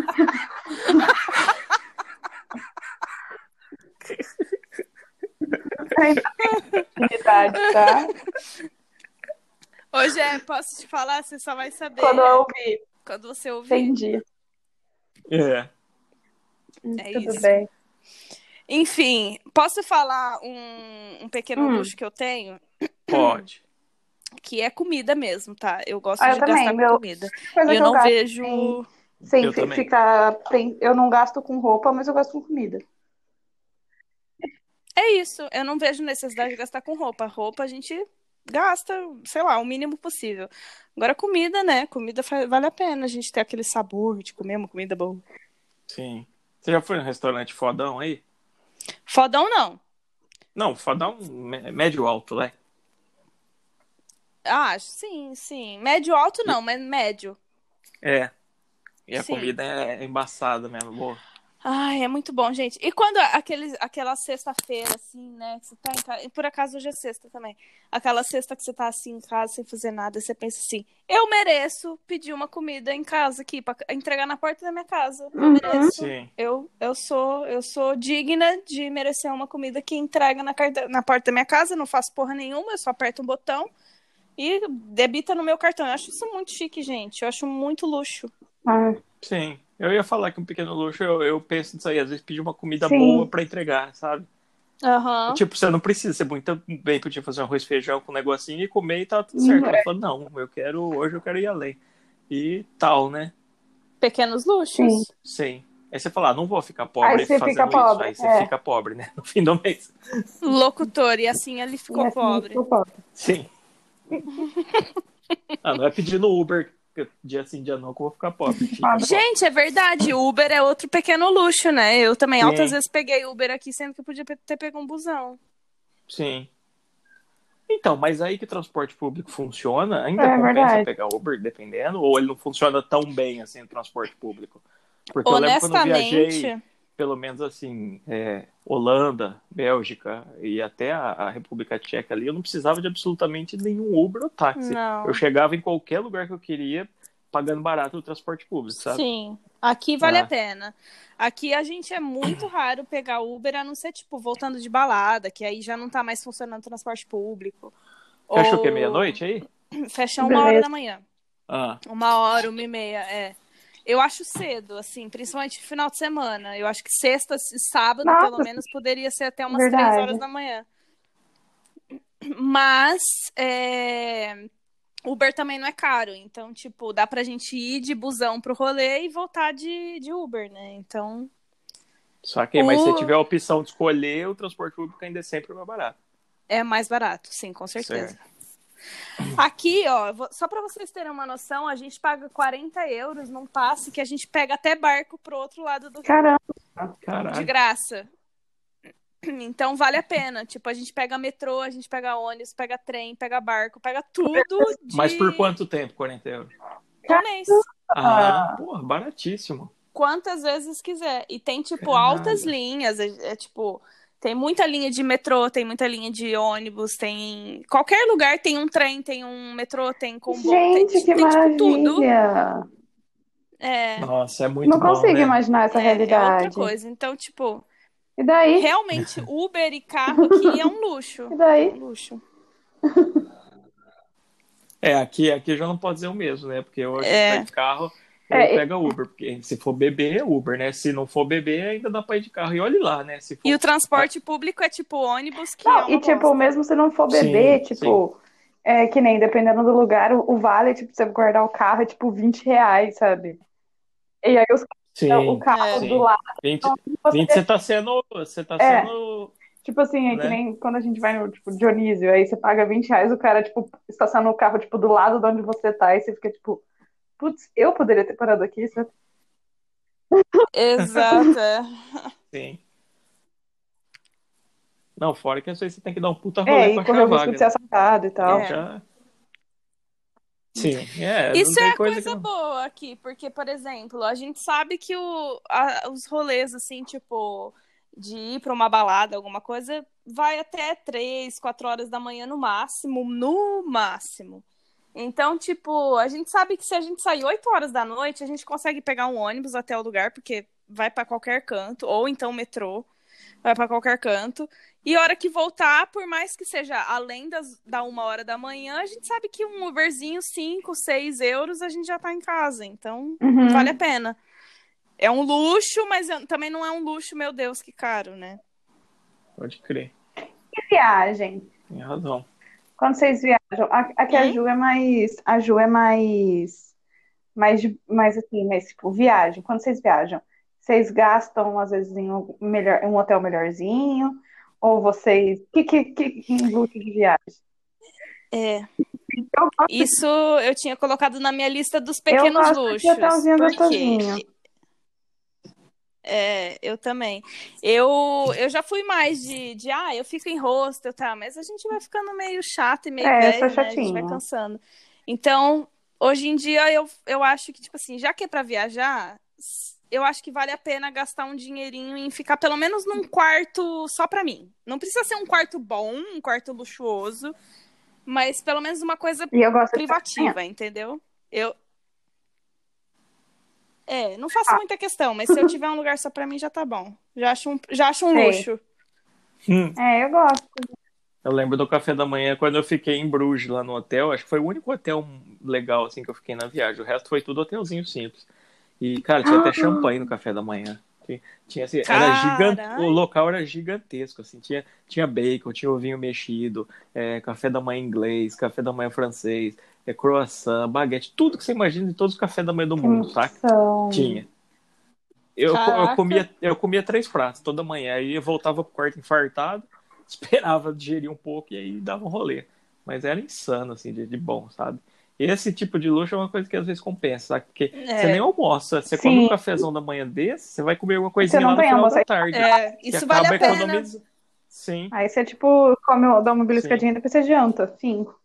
Verdade, tá? Ô, Gé, posso te falar? Você só vai saber Quando eu ouvi, quando você ouvir. entendi. É. É Tudo isso. bem. Enfim, posso falar um, um pequeno Hum. luxo que eu tenho? Pode. Que é comida mesmo, tá? Eu gosto Ah, eu de também, gastar com meu- comida. Coisa Eu que não gasto vejo... sem- Sem Eu fi- também. ficar. tem- Eu não gasto com roupa, mas eu gasto com comida. É isso, eu não vejo necessidade de gastar com roupa. Roupa a gente gasta, sei lá, o mínimo possível. Agora comida, né? Comida fa- vale a pena a gente ter aquele sabor de comer uma comida boa. Sim. Você já foi num restaurante fodão aí? Fodão não. Não, fodão mé- médio alto, né? Ah, sim, sim. Médio alto não, mas médio. É. E a Sim. comida é embaçada mesmo, boa. Ai, é muito bom, gente. E quando aqueles, aquela sexta-feira, assim, né? Que você tá em casa. E por acaso hoje é sexta também. Aquela sexta que você tá assim em casa sem fazer nada, você pensa assim: eu mereço pedir uma comida em casa aqui, pra entregar na porta da minha casa. Eu Uhum. mereço. Sim. Eu, eu, sou, eu sou digna de merecer uma comida que entrega na, carta, na porta da minha casa. Eu não faço porra nenhuma, eu só aperto um botão e debita no meu cartão. Eu acho isso muito chique, gente. Eu acho muito luxo. Ah, Sim. Eu ia falar que um pequeno luxo, eu, eu penso nisso aí. Às vezes pedir uma comida Sim. boa pra entregar, sabe? Aham. Tipo, você não precisa ser muito bem, podia fazer um arroz e feijão com um negocinho e comer e tá tudo certo. Uhum. Ela falou, não, eu quero, hoje eu quero ir além. E tal, né? Pequenos luxos. Sim. Sim. Aí você fala, ah, não vou ficar pobre Aí você fazendo fica isso. pobre, Aí você é. fica pobre, né? No fim do mês. Locutor, e assim ele ficou e assim, pobre. ficou pobre. Sim. Ah, não é pedindo Uber dia sim, dia não, que eu vou ficar pobre. Fica pobre. Gente, é verdade, Uber é outro pequeno luxo, né? Eu também Sim. altas vezes peguei Uber aqui, sendo que eu podia pe- ter pego um busão. Sim. Então, mas aí que transporte público funciona, ainda É compensa verdade. pegar Uber, dependendo, ou ele não funciona tão bem assim o transporte público? Porque eu lembro quando eu viajei, Honestamente, pelo menos assim, é, Holanda, Bélgica e até a, a República Tcheca ali, eu não precisava de absolutamente nenhum Uber ou táxi. não. Eu chegava em qualquer lugar que eu queria, pagando barato o transporte público, sabe? Sim, aqui vale Ah. a pena. Aqui a gente é muito raro pegar Uber, a não ser, tipo, voltando de balada, que aí já não tá mais funcionando o transporte público. Você achou Ou- que é meia-noite aí? Fecha uma hora Beleza. da manhã. Ah, Uma hora, uma e meia, é. Eu acho cedo, assim, principalmente no final de semana. Eu acho que sexta e sábado, Nossa, pelo menos, poderia ser até umas verdade. três horas da manhã. Mas é, Uber também não é caro. Então, tipo, dá pra gente ir de busão pro rolê e voltar de, de Uber, né? Então, saquei, mas se O- você tiver a opção de escolher, o transporte público ainda é sempre mais barato. é mais barato, sim, com certeza. Certo. Aqui, ó, vou- só pra vocês terem uma noção, a gente paga quarenta euros num passe que a gente pega até barco pro outro lado do rio. Caramba. De Caralho. graça. Então vale a pena. Tipo, a gente pega metrô, a gente pega ônibus, pega trem, pega barco, pega tudo de... Mas por quanto tempo, quarenta euros? Um mês. Ah, porra, baratíssimo. Quantas vezes quiser. E tem, tipo, Caralho. altas linhas. É, é, tipo, tem muita linha de metrô, tem muita linha de ônibus, tem... Qualquer lugar tem um trem, tem um metrô, tem comboio. Gente, tem, que tem, maravilha! Tipo, tudo. É. Nossa, é muito Não bom, consigo né? imaginar essa é, realidade. É outra coisa. Então, tipo... E daí? Realmente, Uber e carro aqui é um luxo. E daí? É um luxo. É, aqui, aqui já não pode dizer o mesmo, né? Porque eu acho É. que vai de carro ou É, pega Uber. Porque se for beber, é Uber, né? Se não for beber, ainda dá pra ir de carro. E olhe lá, né? Se for... E o transporte público é tipo ônibus, que Não, é uma e tipo, bosta. mesmo se não for beber, Sim, tipo, é que nem dependendo do lugar, o, o vale, tipo, você guardar o carro é tipo vinte reais, sabe? E aí os, sim, o carro É. sim. do lado. vinte, Então, você, vinte você tá sendo... Você tá É. sendo... tipo assim, é que né? nem quando a gente vai no tipo, Dionísio, aí você paga vinte reais, o cara, tipo, estaciona o carro, tipo, do lado de onde você tá, e você fica, tipo, putz, eu poderia ter parado aqui, sabe? Exato. É. Sim. Não, fora que às vezes você tem que dar um puta É, rolê e pra correr achar o risco vaga, de ser né? assaltado e tal. É. Já... Sim, é, não Isso tem é a coisa, coisa que não... boa aqui, porque, por exemplo, a gente sabe que o, a- os rolês, assim, tipo, de ir pra uma balada, alguma coisa, vai até três, quatro horas da manhã no máximo, no máximo. Então, tipo, a gente sabe que se a gente sair oito horas da noite, a gente consegue pegar um ônibus até o lugar, porque vai pra qualquer canto, ou então metrô, vai pra qualquer canto. E a hora que voltar, por mais que seja além das, da uma hora da manhã, a gente sabe que um Uberzinho, cinco, seis euros, a gente já tá em casa. Então, Uhum. vale a pena. É um luxo, mas também não é um luxo, meu Deus, que caro, né? Pode crer. E viagem? Tem razão. Quando vocês viajam, a- aqui a Hum? Ju é mais, a Ju é mais, mais, de- mais assim, mais tipo, viagem. Quando vocês viajam, vocês gastam, às vezes, em um, melhor, em um hotel melhorzinho? Ou vocês, que, que, que em luxo de viagem? É. Eu gosto, Isso eu tinha colocado na minha lista dos eu pequenos gosto de luxos. hotelzinho Por quê? gostosinho. É, eu também. Eu, eu já fui mais de, de, ah, eu fico em hostel, tá? Mas a gente vai ficando meio chato e meio É, eu sou velho, né? A gente vai chatinha. cansando. Então, hoje em dia, eu, eu acho que, tipo assim, já que é pra viajar, eu acho que vale a pena gastar um dinheirinho em ficar pelo menos num quarto só pra mim. Não precisa ser um quarto bom, um quarto luxuoso, mas pelo menos uma coisa E eu gosto de privativa, entendeu? Eu, É, não faço muita questão, mas se eu tiver um lugar só pra mim já tá bom. Já acho um, já acho um Sei. luxo. Hum. É, eu gosto. Eu lembro do café da manhã quando eu fiquei em Bruges, lá no hotel. Acho que foi o único hotel legal assim que eu fiquei na viagem. O resto foi tudo hotelzinho simples. E, cara, tinha até champanhe no café da manhã. Tinha, tinha, assim, era gigante, o Caralho. local era gigantesco, assim, tinha, tinha bacon, tinha ovinho mexido, é, café da manhã inglês, café da manhã francês, é, croissant, baguete, tudo que você imagina de todos os cafés da manhã do Que mundo, saca? emoção. Tinha. Eu, eu, Caraca. comia, eu comia três pratos toda manhã, aí eu voltava pro quarto infartado, esperava digerir um pouco e aí dava um rolê. Mas era insano, assim, de, de bom, sabe? Esse tipo de luxo é uma coisa que às vezes compensa, sabe? Porque É. você nem almoça, você come Sim. um cafezão da manhã desse, você vai comer alguma Você coisinha não lá no tem final almoço da aí. tarde. É, Que isso vale acaba a pena. economizando. Sim, Aí você, tipo, come, dá uma sim, beliscadinha e depois você janta. Cinco.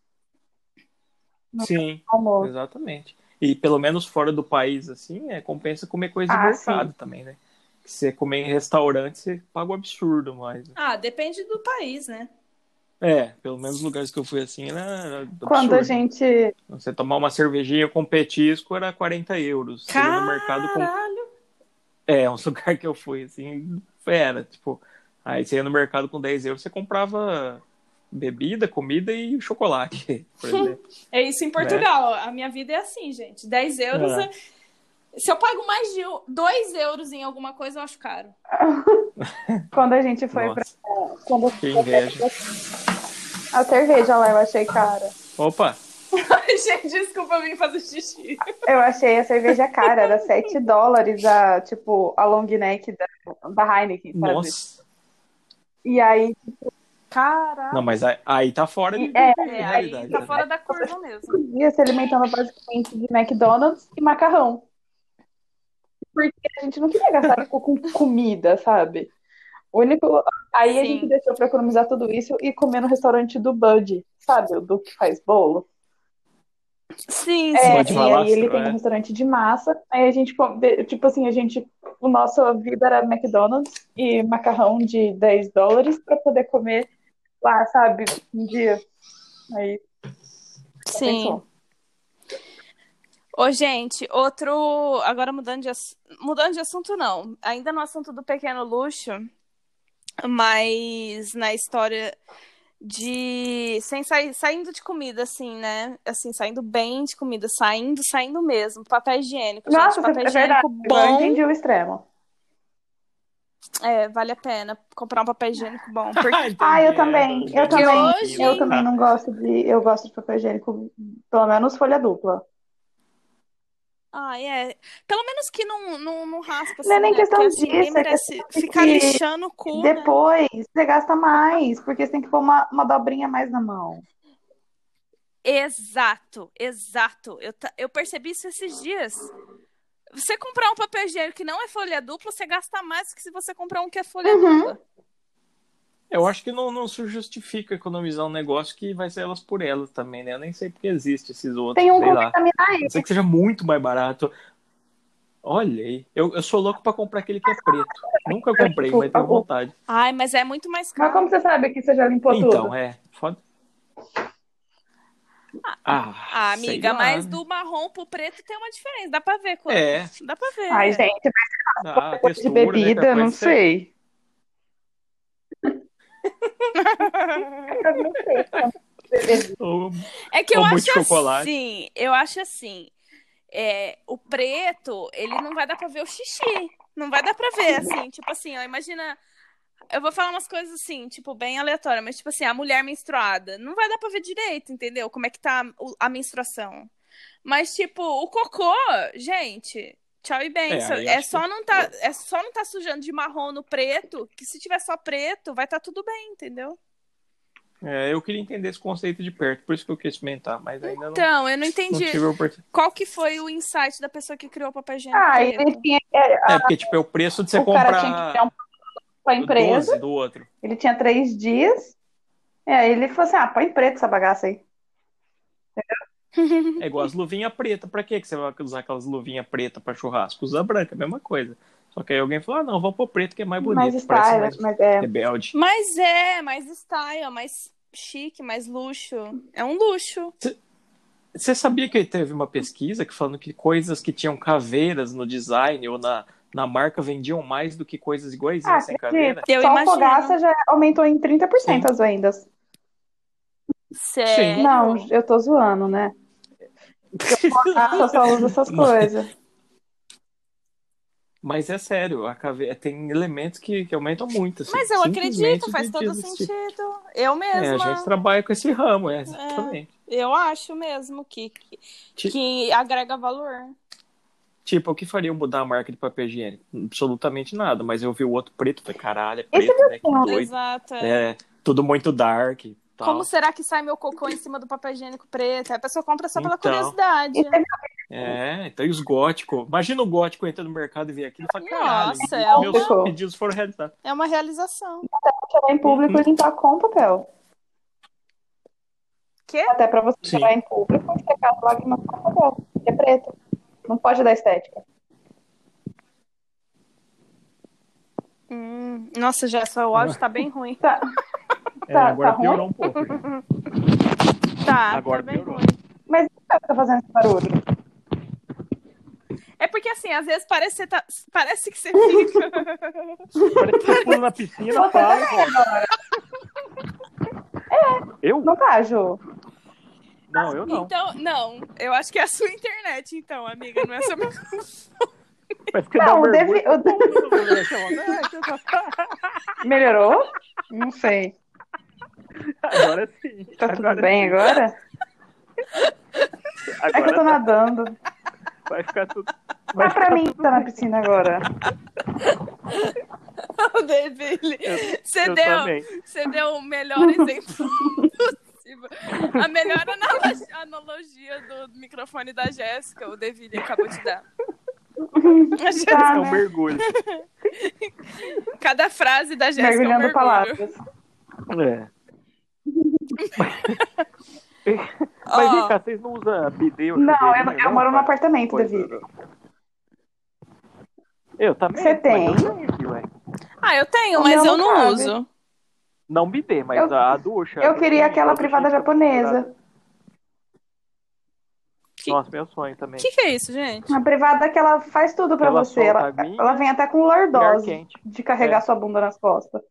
No sim, almoço. exatamente. E pelo menos fora do país, assim, é, compensa comer coisa de Ah, mercado sim. também, né? Que você comer em restaurante, você paga um absurdo, mas... Ah, depende do país, né? É, pelo menos os lugares que eu fui assim era, era absurdo. Quando a gente. Você tomar uma cervejinha com petisco era quarenta euros. Você ia no mercado com... Caralho. É, um lugar que eu fui, assim, era, tipo... Aí você ia no mercado com dez euros, você comprava bebida, comida e chocolate, por exemplo. É isso em Portugal. A minha vida é assim, gente. dez euros. É. é- Se eu pago mais de dois euros em alguma coisa, eu acho caro. Quando a gente foi pra. Nossa, Quando eu que fui inveja. a cerveja lá, eu achei cara. Opa, Gente, desculpa eu vim fazer xixi. Eu achei a cerveja cara, era sete dólares a, tipo, a long neck da, da Heineken, sabe? nossa. E aí, Caralho. Não, mas aí, aí tá fora de, E- é, de É, aí realidade. tá né? fora da curva mesmo. ia se alimentando basicamente de McDonald's e macarrão. Porque a gente não queria gastar tipo, com comida, sabe? O único... Aí a Sim. gente deixou pra economizar tudo isso e comer no restaurante do Bud, sabe? O do que faz bolo. Sim, É, sim, Bud sim. e aí ele Valastro, tem um é. restaurante de massa. Aí a gente, come- tipo assim, a gente... O nossa vida era McDonald's e macarrão de dez dólares pra poder comer lá, sabe? Um dia. Aí, já Sim. pensou? Ô, gente, outro. Agora mudando de, ass... mudando de assunto, não. Ainda no assunto do pequeno luxo, mas na história de. Sem sair... saindo de comida, assim, né? Assim, saindo bem de comida, saindo, saindo mesmo. Papel higiênico, gente. Nossa, Papel é verdade. higiênico Agora eu bom. entendi o extremo. É, vale a pena comprar um papel higiênico bom. Porque, Ah, Ah, eu entendi. É, também. Eu bem porque nesse também. sentido. Eu hoje. também não gosto de. Eu gosto de papel higiênico, pelo menos folha dupla. Ah, é. Pelo menos que não, não, não raspa, Não é assim, nem né? Porque questão assim, ninguém disso, é merece questão de ficar que lixando o cu, né? depois você gasta mais, porque você tem que pôr uma, uma dobrinha a mais na mão. Exato, exato. Eu, ta- eu percebi isso esses dias. Você comprar um papel higiênico que não é folha dupla, você gasta mais do que se você comprar um que é folha Uhum. dupla. Eu acho que não, não se justifica economizar um negócio que vai ser elas por elas também, né? Eu nem sei porque existe esses outros, Tem um sei com lá. vitamina A não ser E. que seja muito mais barato. Olha aí, eu, eu sou louco pra comprar aquele que é preto. Nunca comprei, mas tenho vontade. Ai, mas é muito mais Mas como caro. você sabe que você já limpou Então, tudo? é, foda. Ah, Ah, sei amiga, lá, mas né? do marrom pro preto tem uma diferença. Dá pra ver, quando... É, Dá pra Ai, ver. gente, a depois de textura, né? Que a bebida, não coisa você... sei. Eu não sei quanto beber. Ou, É que eu ou muito acho chocolate. assim, eu acho assim, é, o preto, ele não vai dar pra ver o xixi. Não vai dar pra ver, assim, tipo assim, ó, imagina. Eu vou falar umas coisas assim, tipo, bem aleatórias, mas tipo assim, a mulher menstruada. Não vai dar pra ver direito, entendeu? Como é que tá o- a menstruação. Mas, tipo, o cocô, gente, tchau e É, benção. aí É acho que... só não tá, é só não tá sujando de marrom no preto, que se tiver só preto, vai tá tudo bem, entendeu? É, eu queria entender esse conceito de perto, por isso que eu quis experimentar, mas ainda não, Então, eu não não entendi tive a oportunidade. qual que foi o insight da pessoa que criou o papel higiênico Ah, ele preto. tinha. é, É, a- porque, tipo, é o preço de você o cara tinha que criar um comprar produto pra empresa. doze do outro. Ele tinha três dias. E aí ele falou assim: ah, põe preto essa bagaça aí. É igual as luvinhas pretas. Pra que você vai usar aquelas luvinhas pretas pra churrasco? Usa branca, é a mesma coisa. Só que aí alguém falou, ah, não, vamos pôr preto que é mais Mais bonito, parece style, mais mas é. rebelde. Mas é, mais style, mais chique, mais luxo. É um luxo. Você sabia que teve uma pesquisa que falando que coisas que tinham caveiras no design ou na, na marca vendiam mais do que coisas Ah, iguaizinhas sem acredito. caveira? Eu Só o imagino. Fogaça já aumentou em trinta por cento Sim. as vendas. Sim. Não, Sério? eu tô zoando, né? O Fogaça só usa essas Mas, coisas. mas é sério, a caveira tem elementos que, que aumentam muito, assim, Mas eu acredito, simplesmente faz de, de todo existir. sentido. Eu É, a gente mesma. trabalha com esse ramo, é, É, exatamente. eu acho mesmo que, que, Ti- que agrega valor. Tipo, o que faria eu mudar a marca de papel higiênico? Absolutamente nada, mas eu vi o outro preto, falei, caralho, é E você preto, viu né? que Que tem um- doido. Exato. É. É, tudo muito dark e Como tal. será que sai meu cocô em cima do papel higiênico preto? A pessoa compra só pela Então, curiosidade. e você é, então e os góticos? Imagina o gótico entrando no mercado e ver aquilo e falar, caralho, Nossa, é meus uma- pedidos foram realizados. É uma realização. tirar em público e limpar com papel. Quê? Até pra você Sim. tirar em público e secar as lágrimas com papel. Que é preto. Não pode dar estética. Hum, nossa, já só o áudio tá bem ruim. Tá, É, tá, agora tá piorou ruim? um pouco. Tá, Agora tá bem piorou. ruim. Mas por que tá fazendo esse barulho? É porque assim, às vezes parece, que você tá, parece que você fica. Parece que você pula na piscina, Você fala e também volta. agora. Eu? Não tá, Ju? Não, eu não. Então, não, eu acho que é a sua internet, então, amiga, não é só meu. Parece que Não, dá um o mergulho. Devi- Melhorou? Não sei. Agora sim. Tá agora tudo bem sim. agora? Agora É que eu tô tá- nadando. vai ficar tudo. Vai Mas pra ficar mim tudo tá na bem. piscina agora. O Deville, você eu deu, também. você deu o melhor exemplo possível. A melhor analogia, analogia do microfone da Jéssica, o Deville acabou de dar. A Jéssica- Tá, É um né? mergulho. Cada frase da Jéssica é um Mergulhando mergulho. palavras. É. Mas vem cá, vocês não usam bidê ou Não, chuveirinho, eu, eu moro num pai? apartamento, Coisa- Davi. Eu também. Você mas tem? eu tenho aqui, ué. Ah, eu tenho, O mas meu eu não não cabe. uso. Não bidê, mas Eu- a ducha. Eu do queria King, aquela a ducha privada fica japonesa. pendurada. Que- Nossa, meu sonho também. O que, que é isso, gente? Uma privada que ela faz tudo pra Ela você. solta Ela, aguinha ela vem até com E ar lordose quente. de carregar É. sua bunda nas costas.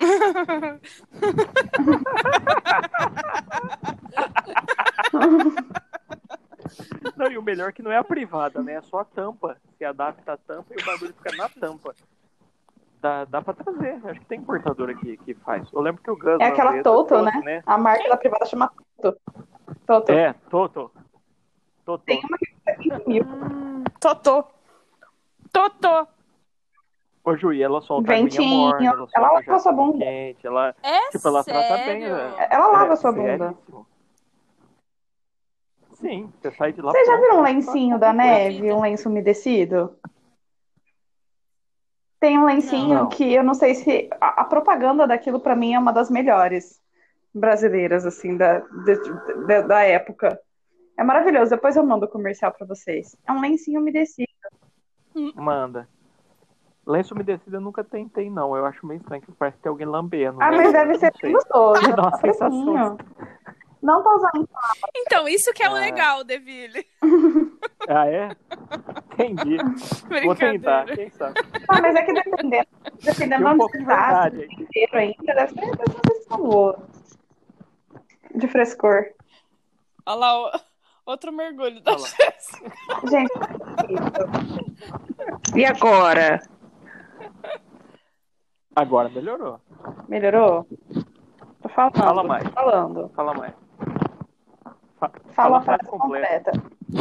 Não, e o melhor é que não é a privada, né? É só a tampa. Você adapta a tampa e o bagulho fica na tampa. Dá, dá pra trazer. Acho que tem importador aqui que faz. Eu lembro que o Gus É aquela Lambretta Toto, trouxe, né? A marca da privada chama Toto. Toto. É, Toto. Toto. Tem uma que custa quinze mil. Totô. Totô. Ô, Ju, e ela solta Ventinho. aguinha morna, ela solta Ela lava já sua tudo bunda. quente, ela, É tipo, ela trata bem. sério? né? Ela lava É, sua bunda. seríssimo. Sim, você sai de lá. Vocês já pronto, viram um faz lencinho da qualquer coisa. neve? Um lenço umedecido? Tem um lencinho Não. que eu não sei se... A, a propaganda daquilo pra mim é uma das melhores brasileiras, assim, da, de- de- da época. É maravilhoso. Depois eu mando o comercial pra vocês. É um lencinho umedecido. Manda. Lenço umedecido eu nunca tentei, não. Eu acho meio estranho que parece que tem alguém lambendo. Ah, né? mas deve Não ser sei. gostoso. Dá uma Tá sensação. fresquinho. Não tô usando. Então, isso que é o Ah. legal, Deville. Ah, é? Entendi. Vou tentar, Brincadeira. quem sabe. Ah, mas é que dependendo, dependendo de Tem um onde pouco você de tá, verdade se aí. tá inteiro ainda, deve ser deve ser uma sensação boa. De frescor. Olha lá, o- outro mergulho da Olha lá. Jéssica. Gente, e agora? Agora melhorou. Melhorou? Tô falando. Fala mais. Tô falando. Fala mais. Fa- Fala a mais frase completa.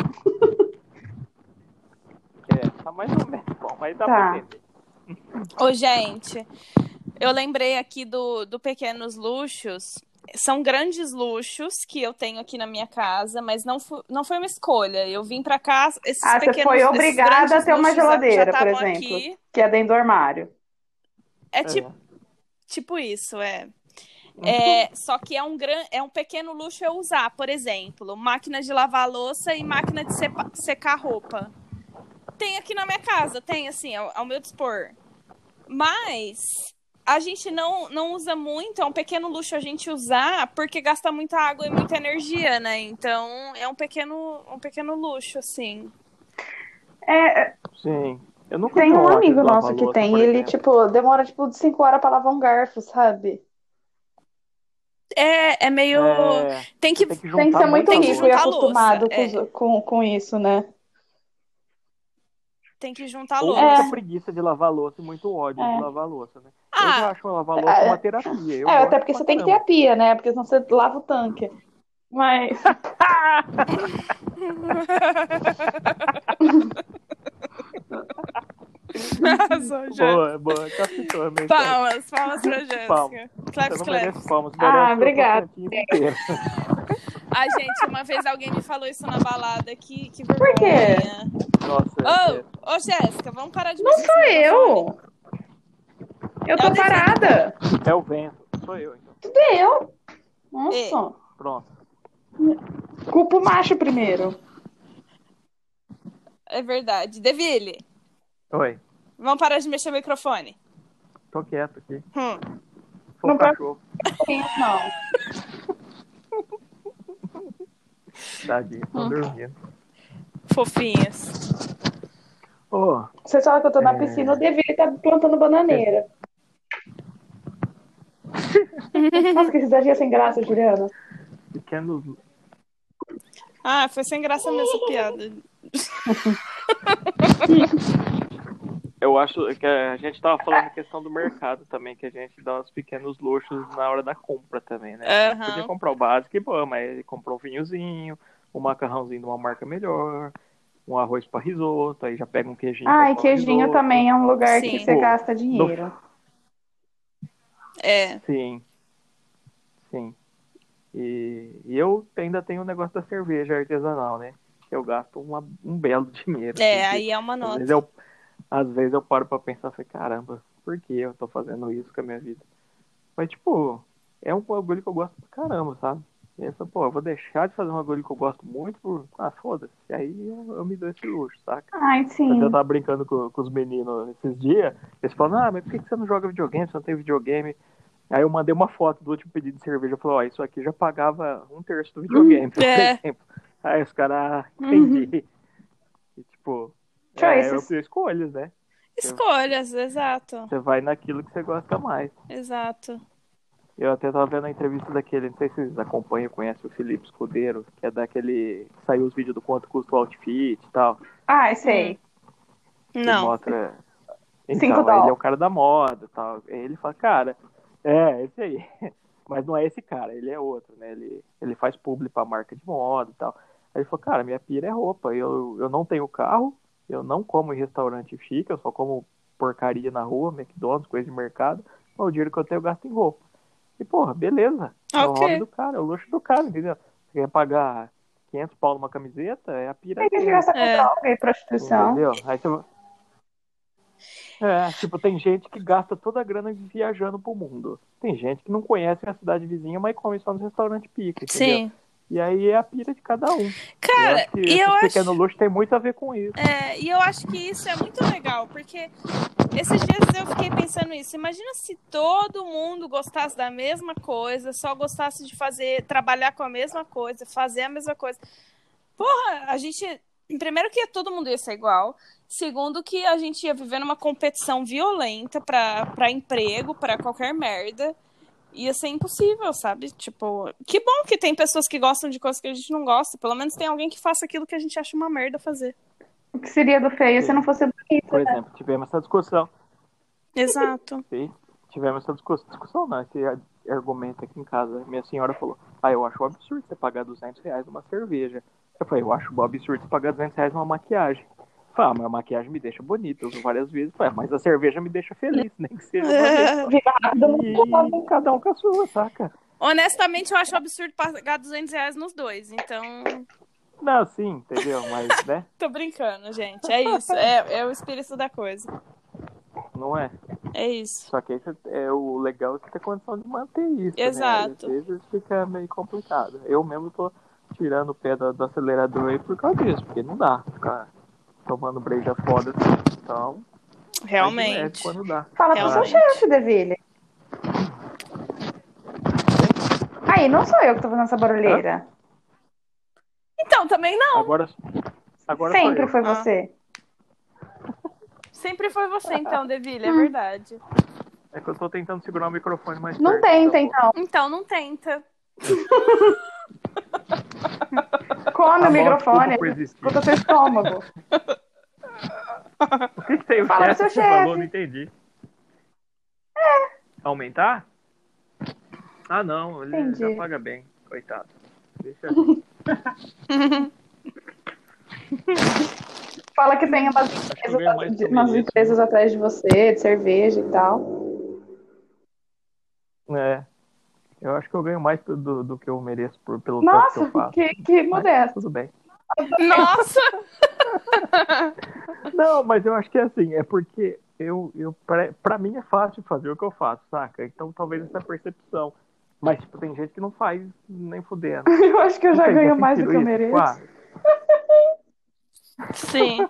É, tá mais ou menos bom, mas dá Tá. pra entender. Ô, gente, eu lembrei aqui do, do Pequenos Luxos. São grandes luxos que eu tenho aqui na minha casa, mas não, fu- não foi uma escolha. Eu vim pra cá, esses Ah, você pequenos foi esses obrigada a grandes ter uma luxos já- geladeira, já por estavam exemplo. aqui. Que é dentro do armário. É É. tipo, tipo isso, é. É, só que é um, gran, é um pequeno luxo eu usar, por exemplo, máquina de lavar louça e máquina de sepa- secar roupa. Tem aqui na minha casa, tem assim, ao, ao meu dispor. Mas a gente não, não usa muito, é um pequeno luxo a gente usar, porque gasta muita água e muita energia, né? Então é um pequeno, um pequeno luxo, assim. É, Sim. Eu nunca tem vi um máquina amigo de lavar nosso que louça, tem, por e ele, exemplo. tipo, demora, tipo, de cinco horas pra lavar um garfo, sabe? É, é meio. É, Tem que. tem que Tem que juntar ser muito muita tem que rico louça. e juntar acostumado louça, com, é. os- com, com isso, né? Tem que juntar Ou louça. muita É. preguiça de lavar louça e muito ódio É. de lavar louça, né? Eu já Ah, acho lavar louça É. uma terapia. Eu É, gosto até porque pra você tem que ter caramba. a pia, né? Porque senão você lava o tanque. Mas. arrasou, já. Boa, boa. Captou a mensagem. Palmas, palmas pra Jéssica. Palmas. Claps, Você não claps. merece palmas, Ah, merece obrigada. o Constantino inteiro. Ai, gente, uma vez alguém me falou isso na balada. Que, que Por quê? vergonha. Nossa, é- Ô, ô, Jéssica, vamos parar de Não mexer sou nesse microfone? eu! Eu tô É o Deville. parada! é o vento. Sou eu, então. Tudo eu! Nossa! Pronto. Culpa o macho primeiro. É verdade. Deville, Oi. vamos parar de mexer no microfone? Tô quieto aqui. Hum. Sou um Não tá- cachorro. Não. Tadinho, tô Hum. dormindo. Fofinhas. Ô, Vocês falam que eu tô na É. piscina, o Deville tá plantando bananeira. Nossa, que risadinha sem graça, Juliana. pequenos... Ah, foi sem graça mesmo essa piada. Eu acho que a gente tava falando a questão do mercado também, que a gente dá uns pequenos luxos na hora da compra também, né? Aham. Podia comprar o básico e bom, mas ele comprou um vinhozinho, um macarrãozinho de uma marca melhor, um arroz pra risoto, aí já pega um queijinho. Ah, pra e pôr no queijinho risoto. também é um lugar Sim. que você Pô, gasta dinheiro. É. Sim. Sim. E, e eu ainda tenho o negócio da cerveja artesanal, né? Eu gasto uma- um belo dinheiro. É, assim, aí é uma às nota. vezes eu, às vezes eu paro pra pensar, falei, caramba, por que eu tô fazendo isso com a minha vida. Mas, tipo, é um bagulho que eu gosto pra caramba, sabe? E aí eu falei, pô, eu vou deixar de fazer um bagulho que eu gosto muito por... Ah, foda-se. E aí eu, eu me dou esse luxo, saca? Ai, sim. Até eu tava brincando com, com os meninos esses dias. Eles falam, ah, mas por que você não joga videogame? Você não tem videogame? Aí eu mandei uma foto do último pedido de cerveja. Eu falei, ó, isso aqui já pagava um terço do videogame, por É. exemplo. Aí os caras, entendi. E, tipo, é, eu Choices. tenho escolhas, né? Escolhas, exato. Você vai naquilo que você gosta mais. Exato. Eu até tava vendo a entrevista daquele, não sei se vocês acompanham, conhecem o Felipe Escudeiro, que é daquele que saiu os vídeos do quanto custa o outfit e tal. Ai, sei. Que Não. mostra. Cinco Então, dólares. ele é o cara da moda e tal. Aí ele fala, cara, é, esse aí. Mas não é esse cara, ele é outro, né? Ele, ele faz publi pra marca de moda e tal. Aí ele falou, cara, minha pira é roupa. Eu, eu não tenho carro, eu não como em restaurante chique, eu só como porcaria na rua, McDonald's, coisa de mercado. Mas o dinheiro que eu tenho eu gasto em roupa. E, porra, beleza. É o Ok. hobby do cara, é o luxo do cara, entendeu? Você quer pagar quinhentos pau numa camiseta, é a pira Tem que dele, gastar com É. droga e prostituição. entendeu? Aí você... É, tipo, tem gente que gasta toda a grana viajando pro mundo. Tem gente que não conhece a cidade vizinha, mas come só nos restaurantes pica, entendeu? Sim. E aí é a pira de cada um. Cara, eu acho que e esse eu pequeno acho... luxo tem muito a ver com isso. É, e eu acho que isso é muito legal, porque esses dias eu fiquei pensando isso. Imagina se todo mundo gostasse da mesma coisa, só gostasse de fazer, trabalhar com a mesma coisa, fazer a mesma coisa. Porra, a gente... Primeiro que todo mundo ia ser igual. Segundo que a gente ia viver numa competição violenta pra, pra emprego, pra qualquer merda. Ia ser impossível, sabe? Tipo, que bom que tem pessoas que gostam de coisas que a gente não gosta. Pelo menos tem alguém que faça aquilo que a gente acha uma merda fazer. O que seria do feio se não fosse bonito, Por né? exemplo, tivemos essa discussão. Exato. Sim, tivemos essa discussão, discussão não, esse argumento aqui em casa. Minha senhora falou, ah, eu acho um absurdo você pagar duzentos reais numa cerveja. Eu falei, eu acho um absurdo você pagar duzentos reais numa maquiagem. Eu falei, ah, mas a maquiagem me deixa bonita, eu uso várias vezes. Eu falei, mas a cerveja me deixa feliz, nem que seja uma vez. Fica rápido no E cada um com a sua, saca? Honestamente, eu acho absurdo pagar duzentos reais nos dois. Então, Não, sim, entendeu? Mas, né, tô brincando, gente. É isso. É, é o espírito da coisa. não é. É isso. Só que aí você- é, o legal é você ter condição de manter isso, Exato. né? Às vezes fica meio complicado. Eu mesmo tô tirando o pé do, do acelerador aí por causa disso, porque não dá ficar tomando breja foda assim. Então, a gente Realmente. leve quando dá. Fala pro seu Realmente. chefe, Deville. Aí, não sou eu que tô fazendo essa barulheira. Então, também não. Agora, agora sou Sempre eu. foi Ah. você. Sempre foi você, então, Deville. É verdade. É que eu tô tentando segurar o microfone mais Não perto. tenta, então. então. Então, não tenta. Come A o maior microfone, desculpa por existir. escuta seu estômago. O que, que tem? O Fala pro chefe seu que você chefe. falou? Não entendi. É. Aumentar? Ah, não. Ele Entendi. já paga bem. Coitado. Deixa assim. Fala que tem umas Acho que eu ganho mais empresas, que eu umas mereço. empresas atrás de você, de cerveja e tal. É. Eu acho que eu ganho mais do, do que eu mereço por, pelo tanto que Nossa, eu faço. que, que Mas modesto. tudo bem. Nossa! Não, mas eu acho que é assim, é porque eu, eu pra, pra mim é fácil fazer o que eu faço, saca? Então talvez essa percepção. Mas, tipo, tem gente que não faz nem fudendo. Eu acho que eu Não já sei, ganho já mais do sentiram que eu isso? mereço. Tipo, ah, Sim.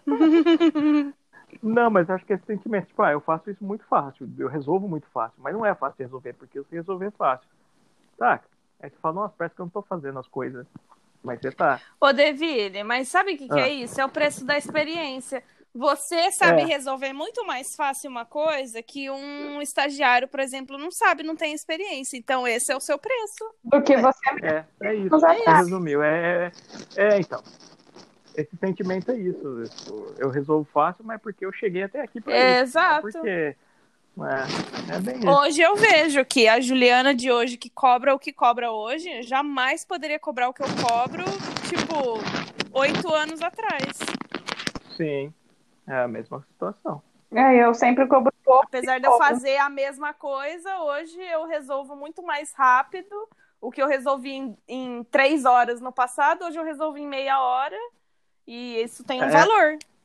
não, mas eu acho que esse sentimento, tipo, ah, eu faço isso muito fácil, eu resolvo muito fácil, mas não é fácil de resolver, porque eu sei resolver fácil, saca? Aí você fala, nossa, parece que eu não tô fazendo as coisas, mas você tá. Ô, Deville, mas sabe o que, que Ah. é isso? É o preço da experiência. Você sabe É. resolver muito mais fácil uma coisa que um estagiário, por exemplo, não sabe, não tem experiência. Então, esse é o seu preço. Do que você É, é isso, Nos você atrás. resumiu, é, é, é, então, esse sentimento é isso, isso, eu resolvo fácil, mas porque eu cheguei até aqui pra É, isso, não exato. porque, é, é bem isso. Hoje eu vejo que a Juliana de hoje, que cobra o que cobra hoje, jamais poderia cobrar o que eu cobro, tipo, oito anos atrás. Sim, é a mesma situação. É, eu sempre cobro pouco. Apesar de eu fazer a mesma coisa, hoje eu resolvo muito mais rápido. O que eu resolvi em, em três horas no passado, hoje eu resolvo em meia hora. E isso tem um É. valor.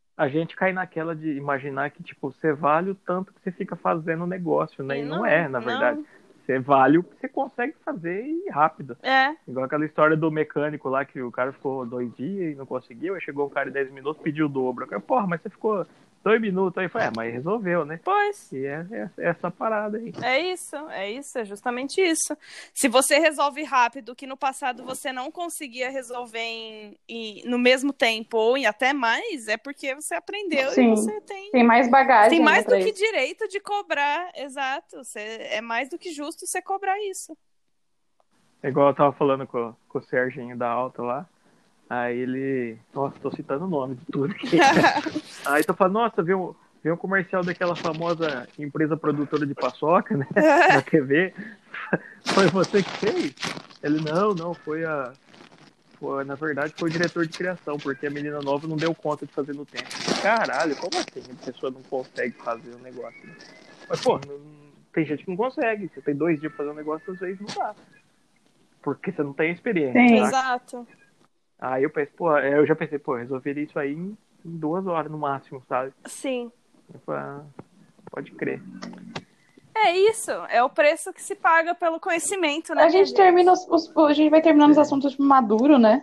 A gente cai naquela de imaginar que, tipo, você vale o tanto que você fica fazendo o negócio, né? E, e não, não é, na verdade. Não. Você vale o que você consegue fazer e rápido. É. Igual aquela história do mecânico lá, que o cara ficou dois dias e não conseguiu, aí chegou um cara em dez minutos, pediu o dobro. Eu falei, porra, mas você ficou dois minutos aí. Foi, é, mas resolveu, né? Pois. E é, é, é essa parada aí. É isso, é isso, é justamente isso. Se você resolve rápido, que no passado você não conseguia resolver em, em, no mesmo tempo ou em até mais, é porque você aprendeu. Sim. E você tem... Tem mais bagagem. Tem mais né, do que isso. direito de cobrar, exato. Você, é mais do que justo você cobrar isso. É igual eu tava falando com, com o Serginho da Alta lá. Aí ele... Nossa, tô citando o nome de tudo aqui. Aí tô falando, nossa, viu, viu um comercial daquela famosa empresa produtora de paçoca, né? Na T V. Foi você que fez? Ele, não, não, foi a... Foi, na verdade, foi o diretor de criação, porque a menina nova não deu conta de fazer no tempo. Caralho, como assim a pessoa não consegue fazer o um negócio? Né? Mas, pô, não, tem gente que não consegue. Você tem dois dias pra fazer um negócio, às vezes não dá. Porque você não tem experiência. Sim. Exato. Aí eu pensei, pô, eu já pensei, pô, resolveria isso aí em, em duas horas no máximo, sabe? Sim. Eu falei, ah, pode crer. É isso, é o preço que se paga pelo conhecimento, né? A gente termina os, os, a gente vai terminando é. os assuntos maduro, né?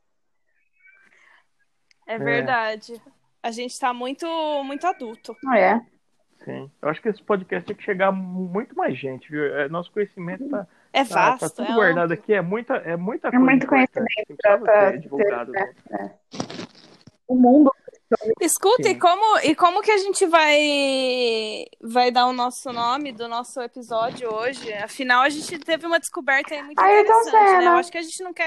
É verdade. É. A gente tá muito, muito adulto. É. Sim. Eu acho que esse podcast tem que chegar a muito mais gente, viu? Nosso conhecimento tá... É vasto, tá, tá tudo é guardado amplo. aqui, é muita, é muita coisa. É muito conhecimento pra, pra ser divulgado. Ter, né? O mundo. Escuta, e como, e como que a gente vai, vai dar o nosso nome do nosso episódio hoje? Afinal, a gente teve uma descoberta aí muito Ayrton interessante, Senna. né? Eu acho que a gente não quer...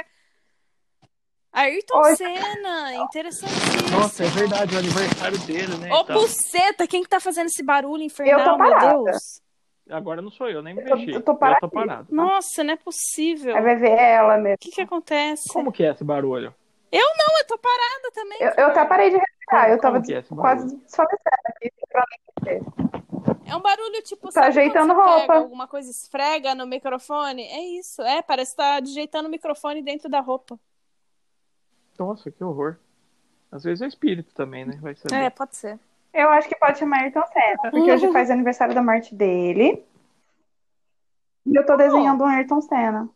Ayrton hoje... Senna, interessantíssimo. Nossa, é verdade, o aniversário dele, né? Ô, buceta, quem que tá fazendo esse barulho infernal, eu tô meu parada. Deus? Agora não sou eu, nem me mexi. Eu, eu, tô, parada. eu tô parado. Nossa, não é possível. Aí vai ver ela mesmo. O que que acontece? Como que é esse barulho? Eu não, eu tô parada também. Eu, eu até parei de respirar, eu tava é quase desfalecendo aqui pra mim. É um barulho tipo, tá sabe ajeitando quando você roupa. pega alguma coisa esfrega no microfone? É isso, é, parece que tá ajeitando o microfone dentro da roupa. Nossa, que horror. Às vezes é espírito também, né? Vai saber. É, pode ser. Eu acho que pode chamar Ayrton Senna, porque hoje faz aniversário da morte dele. E eu tô oh. desenhando um Ayrton Senna.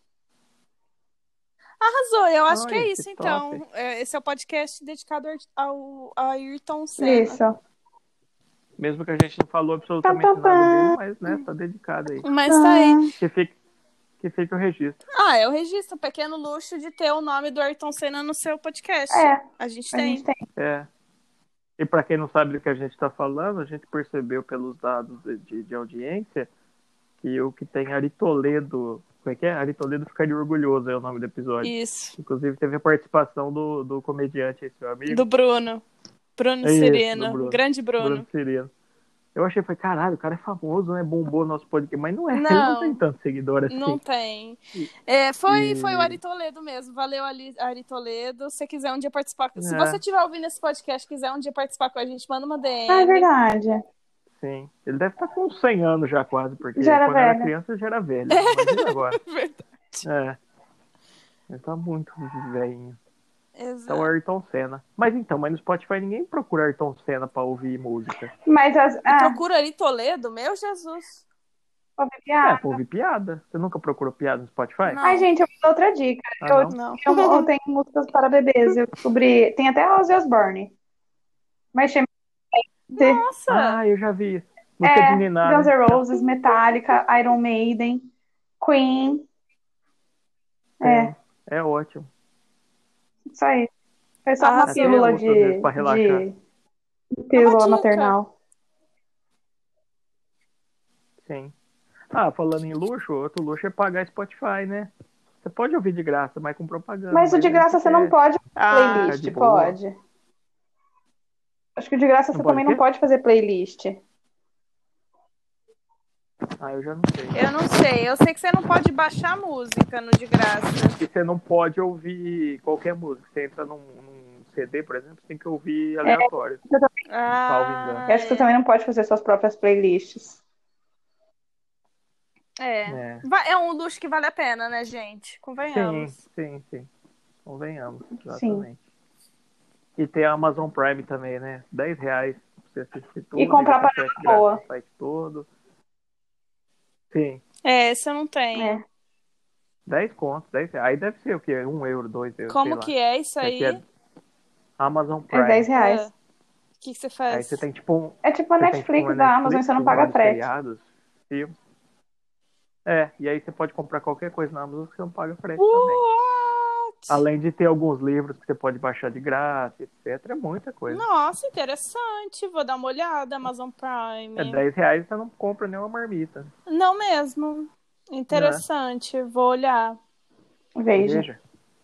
Arrasou, eu acho Ai, que é isso, que então. top. Esse é o podcast dedicado ao, ao Ayrton Senna. Isso. Mesmo que a gente não falou absolutamente pá, pá, pá. nada dele, mas, né, tá dedicado aí. Mas tá aí. Que fique, que fique o registro. Ah, é o registro, um pequeno luxo de ter o nome do Ayrton Senna no seu podcast. É. A gente a tem. Gente tem. É. E pra quem não sabe do que a gente tá falando, a gente percebeu pelos dados de, de, de audiência que o que tem Ari Toledo... Como é que é? Ari Toledo ficaria orgulhoso, é o nome do episódio. Isso. Inclusive teve a participação do, do comediante, esse seu amigo. Do Bruno. Bruno é Cirino. Isso, Bruno. Grande Bruno. Bruno Cirino. Eu achei, falei, caralho, o cara é famoso, né? Bombou nosso podcast, mas não é. Não, ele não tem tanto seguidor assim. Não tem. É, foi, e... foi o Ari Toledo mesmo. Valeu, Ari Toledo. Se você quiser um dia participar... É. Se você estiver ouvindo esse podcast quiser um dia participar com a gente, manda uma D M. Ah, é verdade. Sim. Ele deve estar com uns cem anos já quase, porque já era quando velho. era criança já era velho. Imagina agora. Verdade. É. Ele tá muito velhinho. Exato. Então, Ayrton Senna. Mas então, mas no Spotify ninguém procura Ayrton Senna pra ouvir música. Mas as... ah. Procura Ari Toledo? Meu Jesus. Ouvir piada. É, pra ouvir piada. Você nunca procurou piada no Spotify? Não. Ai, gente, eu vou dar outra dica. Ah, eu, não? Eu, eu tenho músicas para bebês. Eu descobri... Tem até Ozzy Osbourne. Mas chama... Nossa! Ah, eu já vi. Música é, de Ninar, Guns né? N' Roses, Metallica, Iron Maiden, Queen. É. É, é ótimo. Isso aí. Foi só Ah, uma sim, pílula de, de... pílula maternal. Sim. Ah, falando em luxo, outro luxo é pagar Spotify, né? Você pode ouvir de graça, mas com propaganda. Mas o de graça você não pode fazer Ah, playlist, de boa. pode. Acho que o de graça Não você pode também o quê? não pode fazer playlist. Ah, eu já não sei. Eu não sei. Eu sei que você não pode baixar música no de graça. E você não pode ouvir qualquer música. Você entra num, num C D, por exemplo, você tem que ouvir aleatório. É, eu, também... ah, eu acho que você também não pode fazer suas próprias playlists. É. É. É um luxo que vale a pena, né, gente? Convenhamos. Sim, sim, sim. Convenhamos, exatamente. Sim. E tem a Amazon Prime também, né? dez reais pra você assistir tudo. E comprar você parada consegue boa. gravar o site todo. Sim. É, esse eu não tenho. É. dez contos, dez reais. Aí deve ser o quê? um euro, dois euros, sei Como lá. que é isso Aqui aí? é Amazon É Prime. dez reais. Ah, o que, que você faz? Aí você tem tipo um... É tipo a Você tem tipo Netflix uma da Amazon, Netflix você não com paga vários frete. seriados, filmes. É, e aí você pode comprar qualquer coisa na Amazon que você não paga frete What? também. Além de ter alguns livros que você pode baixar de graça, etcétera. É muita coisa. Nossa, interessante. Vou dar uma olhada, Amazon Prime. É dez reais e você não compra nenhuma marmita. Não mesmo. Interessante. Vou olhar. Veja. Veja.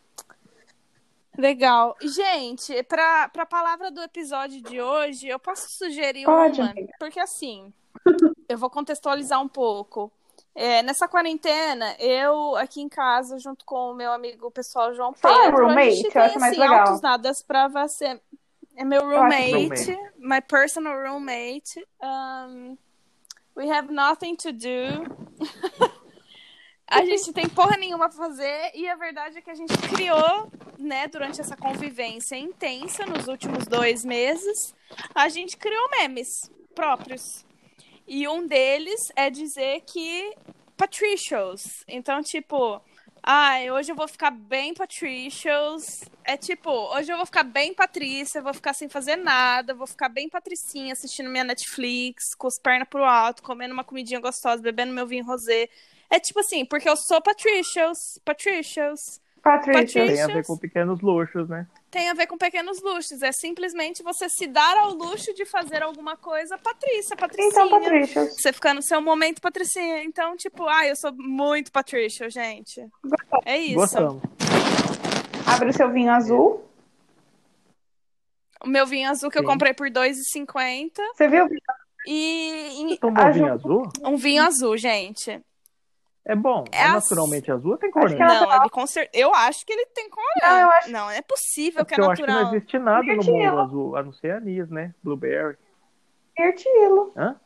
Legal. Gente, pra, pra palavra do episódio de hoje, eu posso sugerir Pode, uma? amiga. Porque assim, eu vou contextualizar um pouco. É, nessa quarentena, eu aqui em casa, junto com o meu amigo pessoal João Fala Pedro, a roommate, gente eu tem acho mais assim, legal. altos nadas pra você. É meu Eu acho roommate, roommate. my personal roommate. Um, we have nothing to do. A gente tem porra nenhuma pra fazer e a verdade é que a gente criou, né, durante essa convivência intensa nos últimos dois meses, a gente criou memes próprios. E um deles é dizer que Patricios. Então, tipo, ai, hoje eu vou ficar bem Patricios. É tipo, hoje eu vou ficar bem Patrícia, vou ficar sem fazer nada, vou ficar bem patricinha assistindo minha Netflix, com as pernas pro alto, comendo uma comidinha gostosa, bebendo meu vinho rosé. É tipo assim, porque eu sou Patricios, Patricios. Patrícia. Tem a ver com pequenos luxos, né? Tem a ver com pequenos luxos. É simplesmente você se dar ao luxo de fazer alguma coisa, Patrícia, Patricinha. Então, Patrícia. Você ficar no seu momento, Patricinha. Então, tipo, ai, eu sou muito Patrícia, gente. É isso. Gostamos. Abre o seu vinho azul. O meu vinho azul que Sim. eu comprei por dois reais e cinquenta centavos. Você viu? E, e Tomou A vinho Ju- azul? um vinho azul, gente. É bom. É É, as- naturalmente azul ou tem Acho corante? que ela- Não, ele com cer... eu acho que ele tem corante. Não, eu acho- Não, é É possível que é porque eu acho que não natural. existe nada no Mirtilo. mundo azul, a não ser anis, né? Blueberry. Mirtilo. Hã?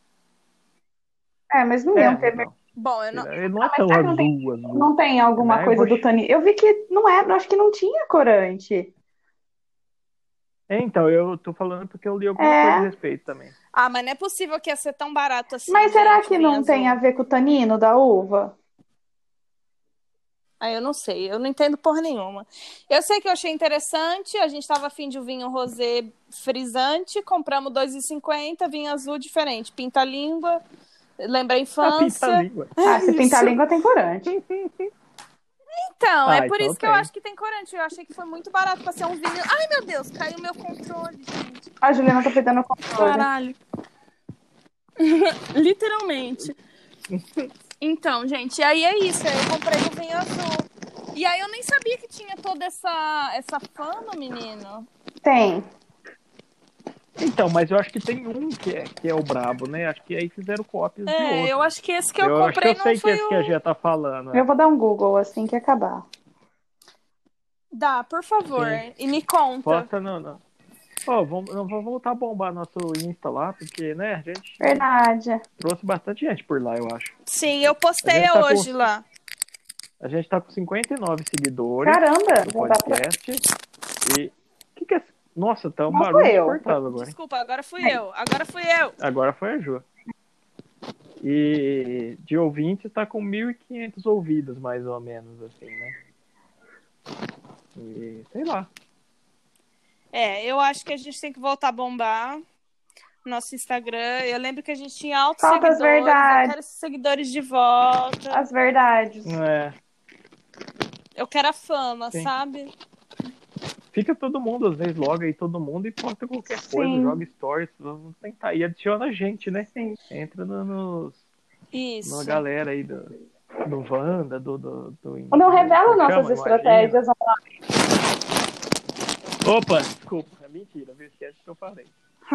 É, mas não É, iam ter. então. Bom, eu não... Ele não é mas tão será que não azul, azul. Não tem alguma Né? coisa do Roxo. tanino. Eu vi que não é, eu acho que não tinha corante. É, então, eu tô falando porque eu li alguma É. coisa a respeito também. Ah, mas não é possível que ia ser tão barato assim. Mas será gente, que vinho não azul. tem a ver com o tanino da uva? Ah, eu não sei, eu não entendo porra nenhuma. Eu sei que eu achei interessante, a gente tava afim de um vinho rosé frisante, compramos dois reais e cinquenta centavos, vinho azul diferente, pinta-língua, lembra a A infância. pinta-língua. Ah, se pintar a Isso. língua tem corante. Então, Ah, é por então isso que eu tem. acho que tem corante, eu achei que foi muito barato pra ser um vinho. Ai, meu Deus, caiu meu controle, gente. A Juliana tá perdendo o controle. Caralho. Literalmente. Então, gente, e aí é isso. Aí eu comprei o vinho azul. E aí eu nem sabia que tinha toda essa, essa fama, menino. Tem. Então, mas eu acho que tem um que é, que é o brabo, né? Acho que aí fizeram cópias de É, outro. eu acho que esse que eu, eu acho que comprei eu não sei que foi esse o... que a Gia tá falando. né? Eu vou dar um Google assim que acabar. Dá, por favor. Sim. E me conta. Posta não, não. Ó, vamos, vamos voltar a bombar nosso Insta lá, porque, né, a gente Verdade. trouxe bastante gente por lá, eu acho. Sim, eu postei A gente tá hoje com- lá. A gente tá com cinquenta e nove seguidores Caramba, no já dá pra... podcast. E. Que que é. Nossa, tá um Não barulho sou eu. insuportável agora. hein? Desculpa, agora fui eu. Agora fui eu. Agora foi a Ju. E de ouvintes tá com mil e quinhentos ouvidos, mais ou menos, assim, né? E sei lá. É, eu acho que a gente tem que voltar a bombar nosso Instagram. Eu lembro que a gente tinha altos Falta as seguidores. verdades. Eu quero esses seguidores de volta. As verdades. É. Eu quero a fama, Sim. sabe? Fica todo mundo, às vezes loga aí todo mundo e posta qualquer coisa, Sim. joga stories, vamos tentar. E adiciona a gente, né? Sim. Entra no, nos, Isso. na galera aí do, do Wanda, do. do, do Não revela como nossas chama? estratégias. Imagina. Opa, desculpa, é mentira, viu? Esquece o que eu falei.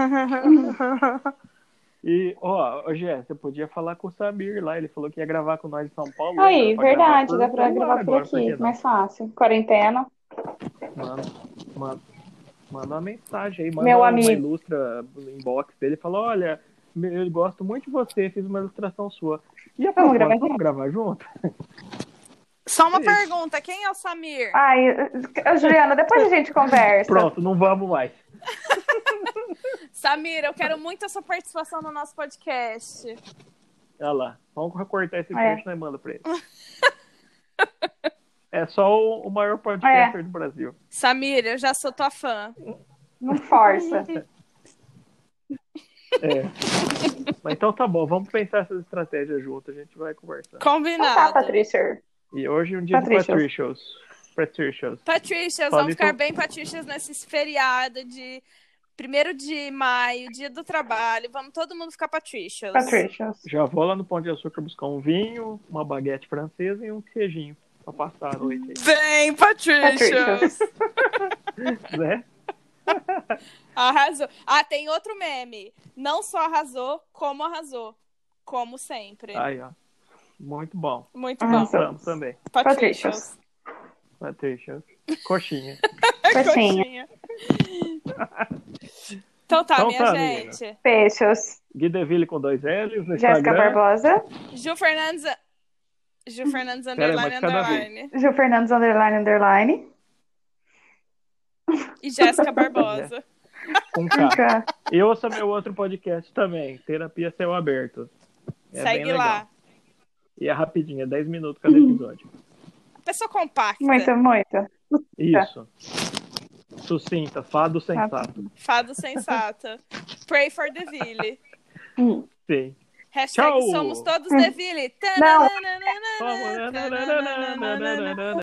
E, ó, ô Gé, você podia falar com o Samir lá, ele falou que ia gravar com nós em São Paulo. Aí, dá pra verdade, gravar dá por pra celular gravar por agora, por que aqui. não? Mais fácil. Quarentena. Manda, manda, manda uma mensagem aí, manda Meu uma amigo. ilustra no inbox dele e fala, olha, eu gosto muito de você, fiz uma ilustração sua. E a Vamos propósito, gravar vamos gravar junto? Só uma Isso. pergunta, quem é o Samir? Ai, Juliana, depois a gente conversa. Pronto, não vamos mais. Samir, eu quero muito a sua participação no nosso podcast. Olha lá. Vamos recortar esse É. trecho e manda pra ele. É só o, o maior podcaster É. do Brasil. Samir, eu já sou tua fã. Não força. É. Mas então tá bom, vamos pensar essas estratégias juntas, a gente vai conversar. Então tá, Combinado. Patrícia. E hoje é um dia Patricias. de Patricias. Patricias. Patricias, Fala vamos então. ficar bem Patricias nesse feriado de primeiro de maio, dia do trabalho. Vamos todo mundo ficar Patricias. Patrícia. Já vou lá no Pão de Açúcar buscar um vinho, uma baguete francesa e um queijinho pra passar a noite aí. Vem, Patricias! Né? Arrasou. Ah, tem outro meme. Não só arrasou, como arrasou. Como sempre. Aí, ó. Muito bom. Muito bom. Arrasou. Vamos também. Patricias. Patricias. Coxinha. Coxinha. Então tá, Então minha tá, gente. Beijos. Gui Deville com dois L's no Jéssica Instagram. Barbosa. Ju Fernandes. Ju Fernandes Pera aí, underline mas cada underline. Gil Fernandes, underline, underline. E Jéssica Barbosa. Com K. Fica. E ouça meu outro podcast também, Terapia Céu Aberto. É bem Segue legal. lá. E é rapidinho, é dez minutos cada episódio. Pessoa compacta. Muito, muito. Isso. Sucinta, fado sensato. Fado sensata. Pray for Deville. Sim. Hashtag Tchau. somos todos Deville. Não. Tananana.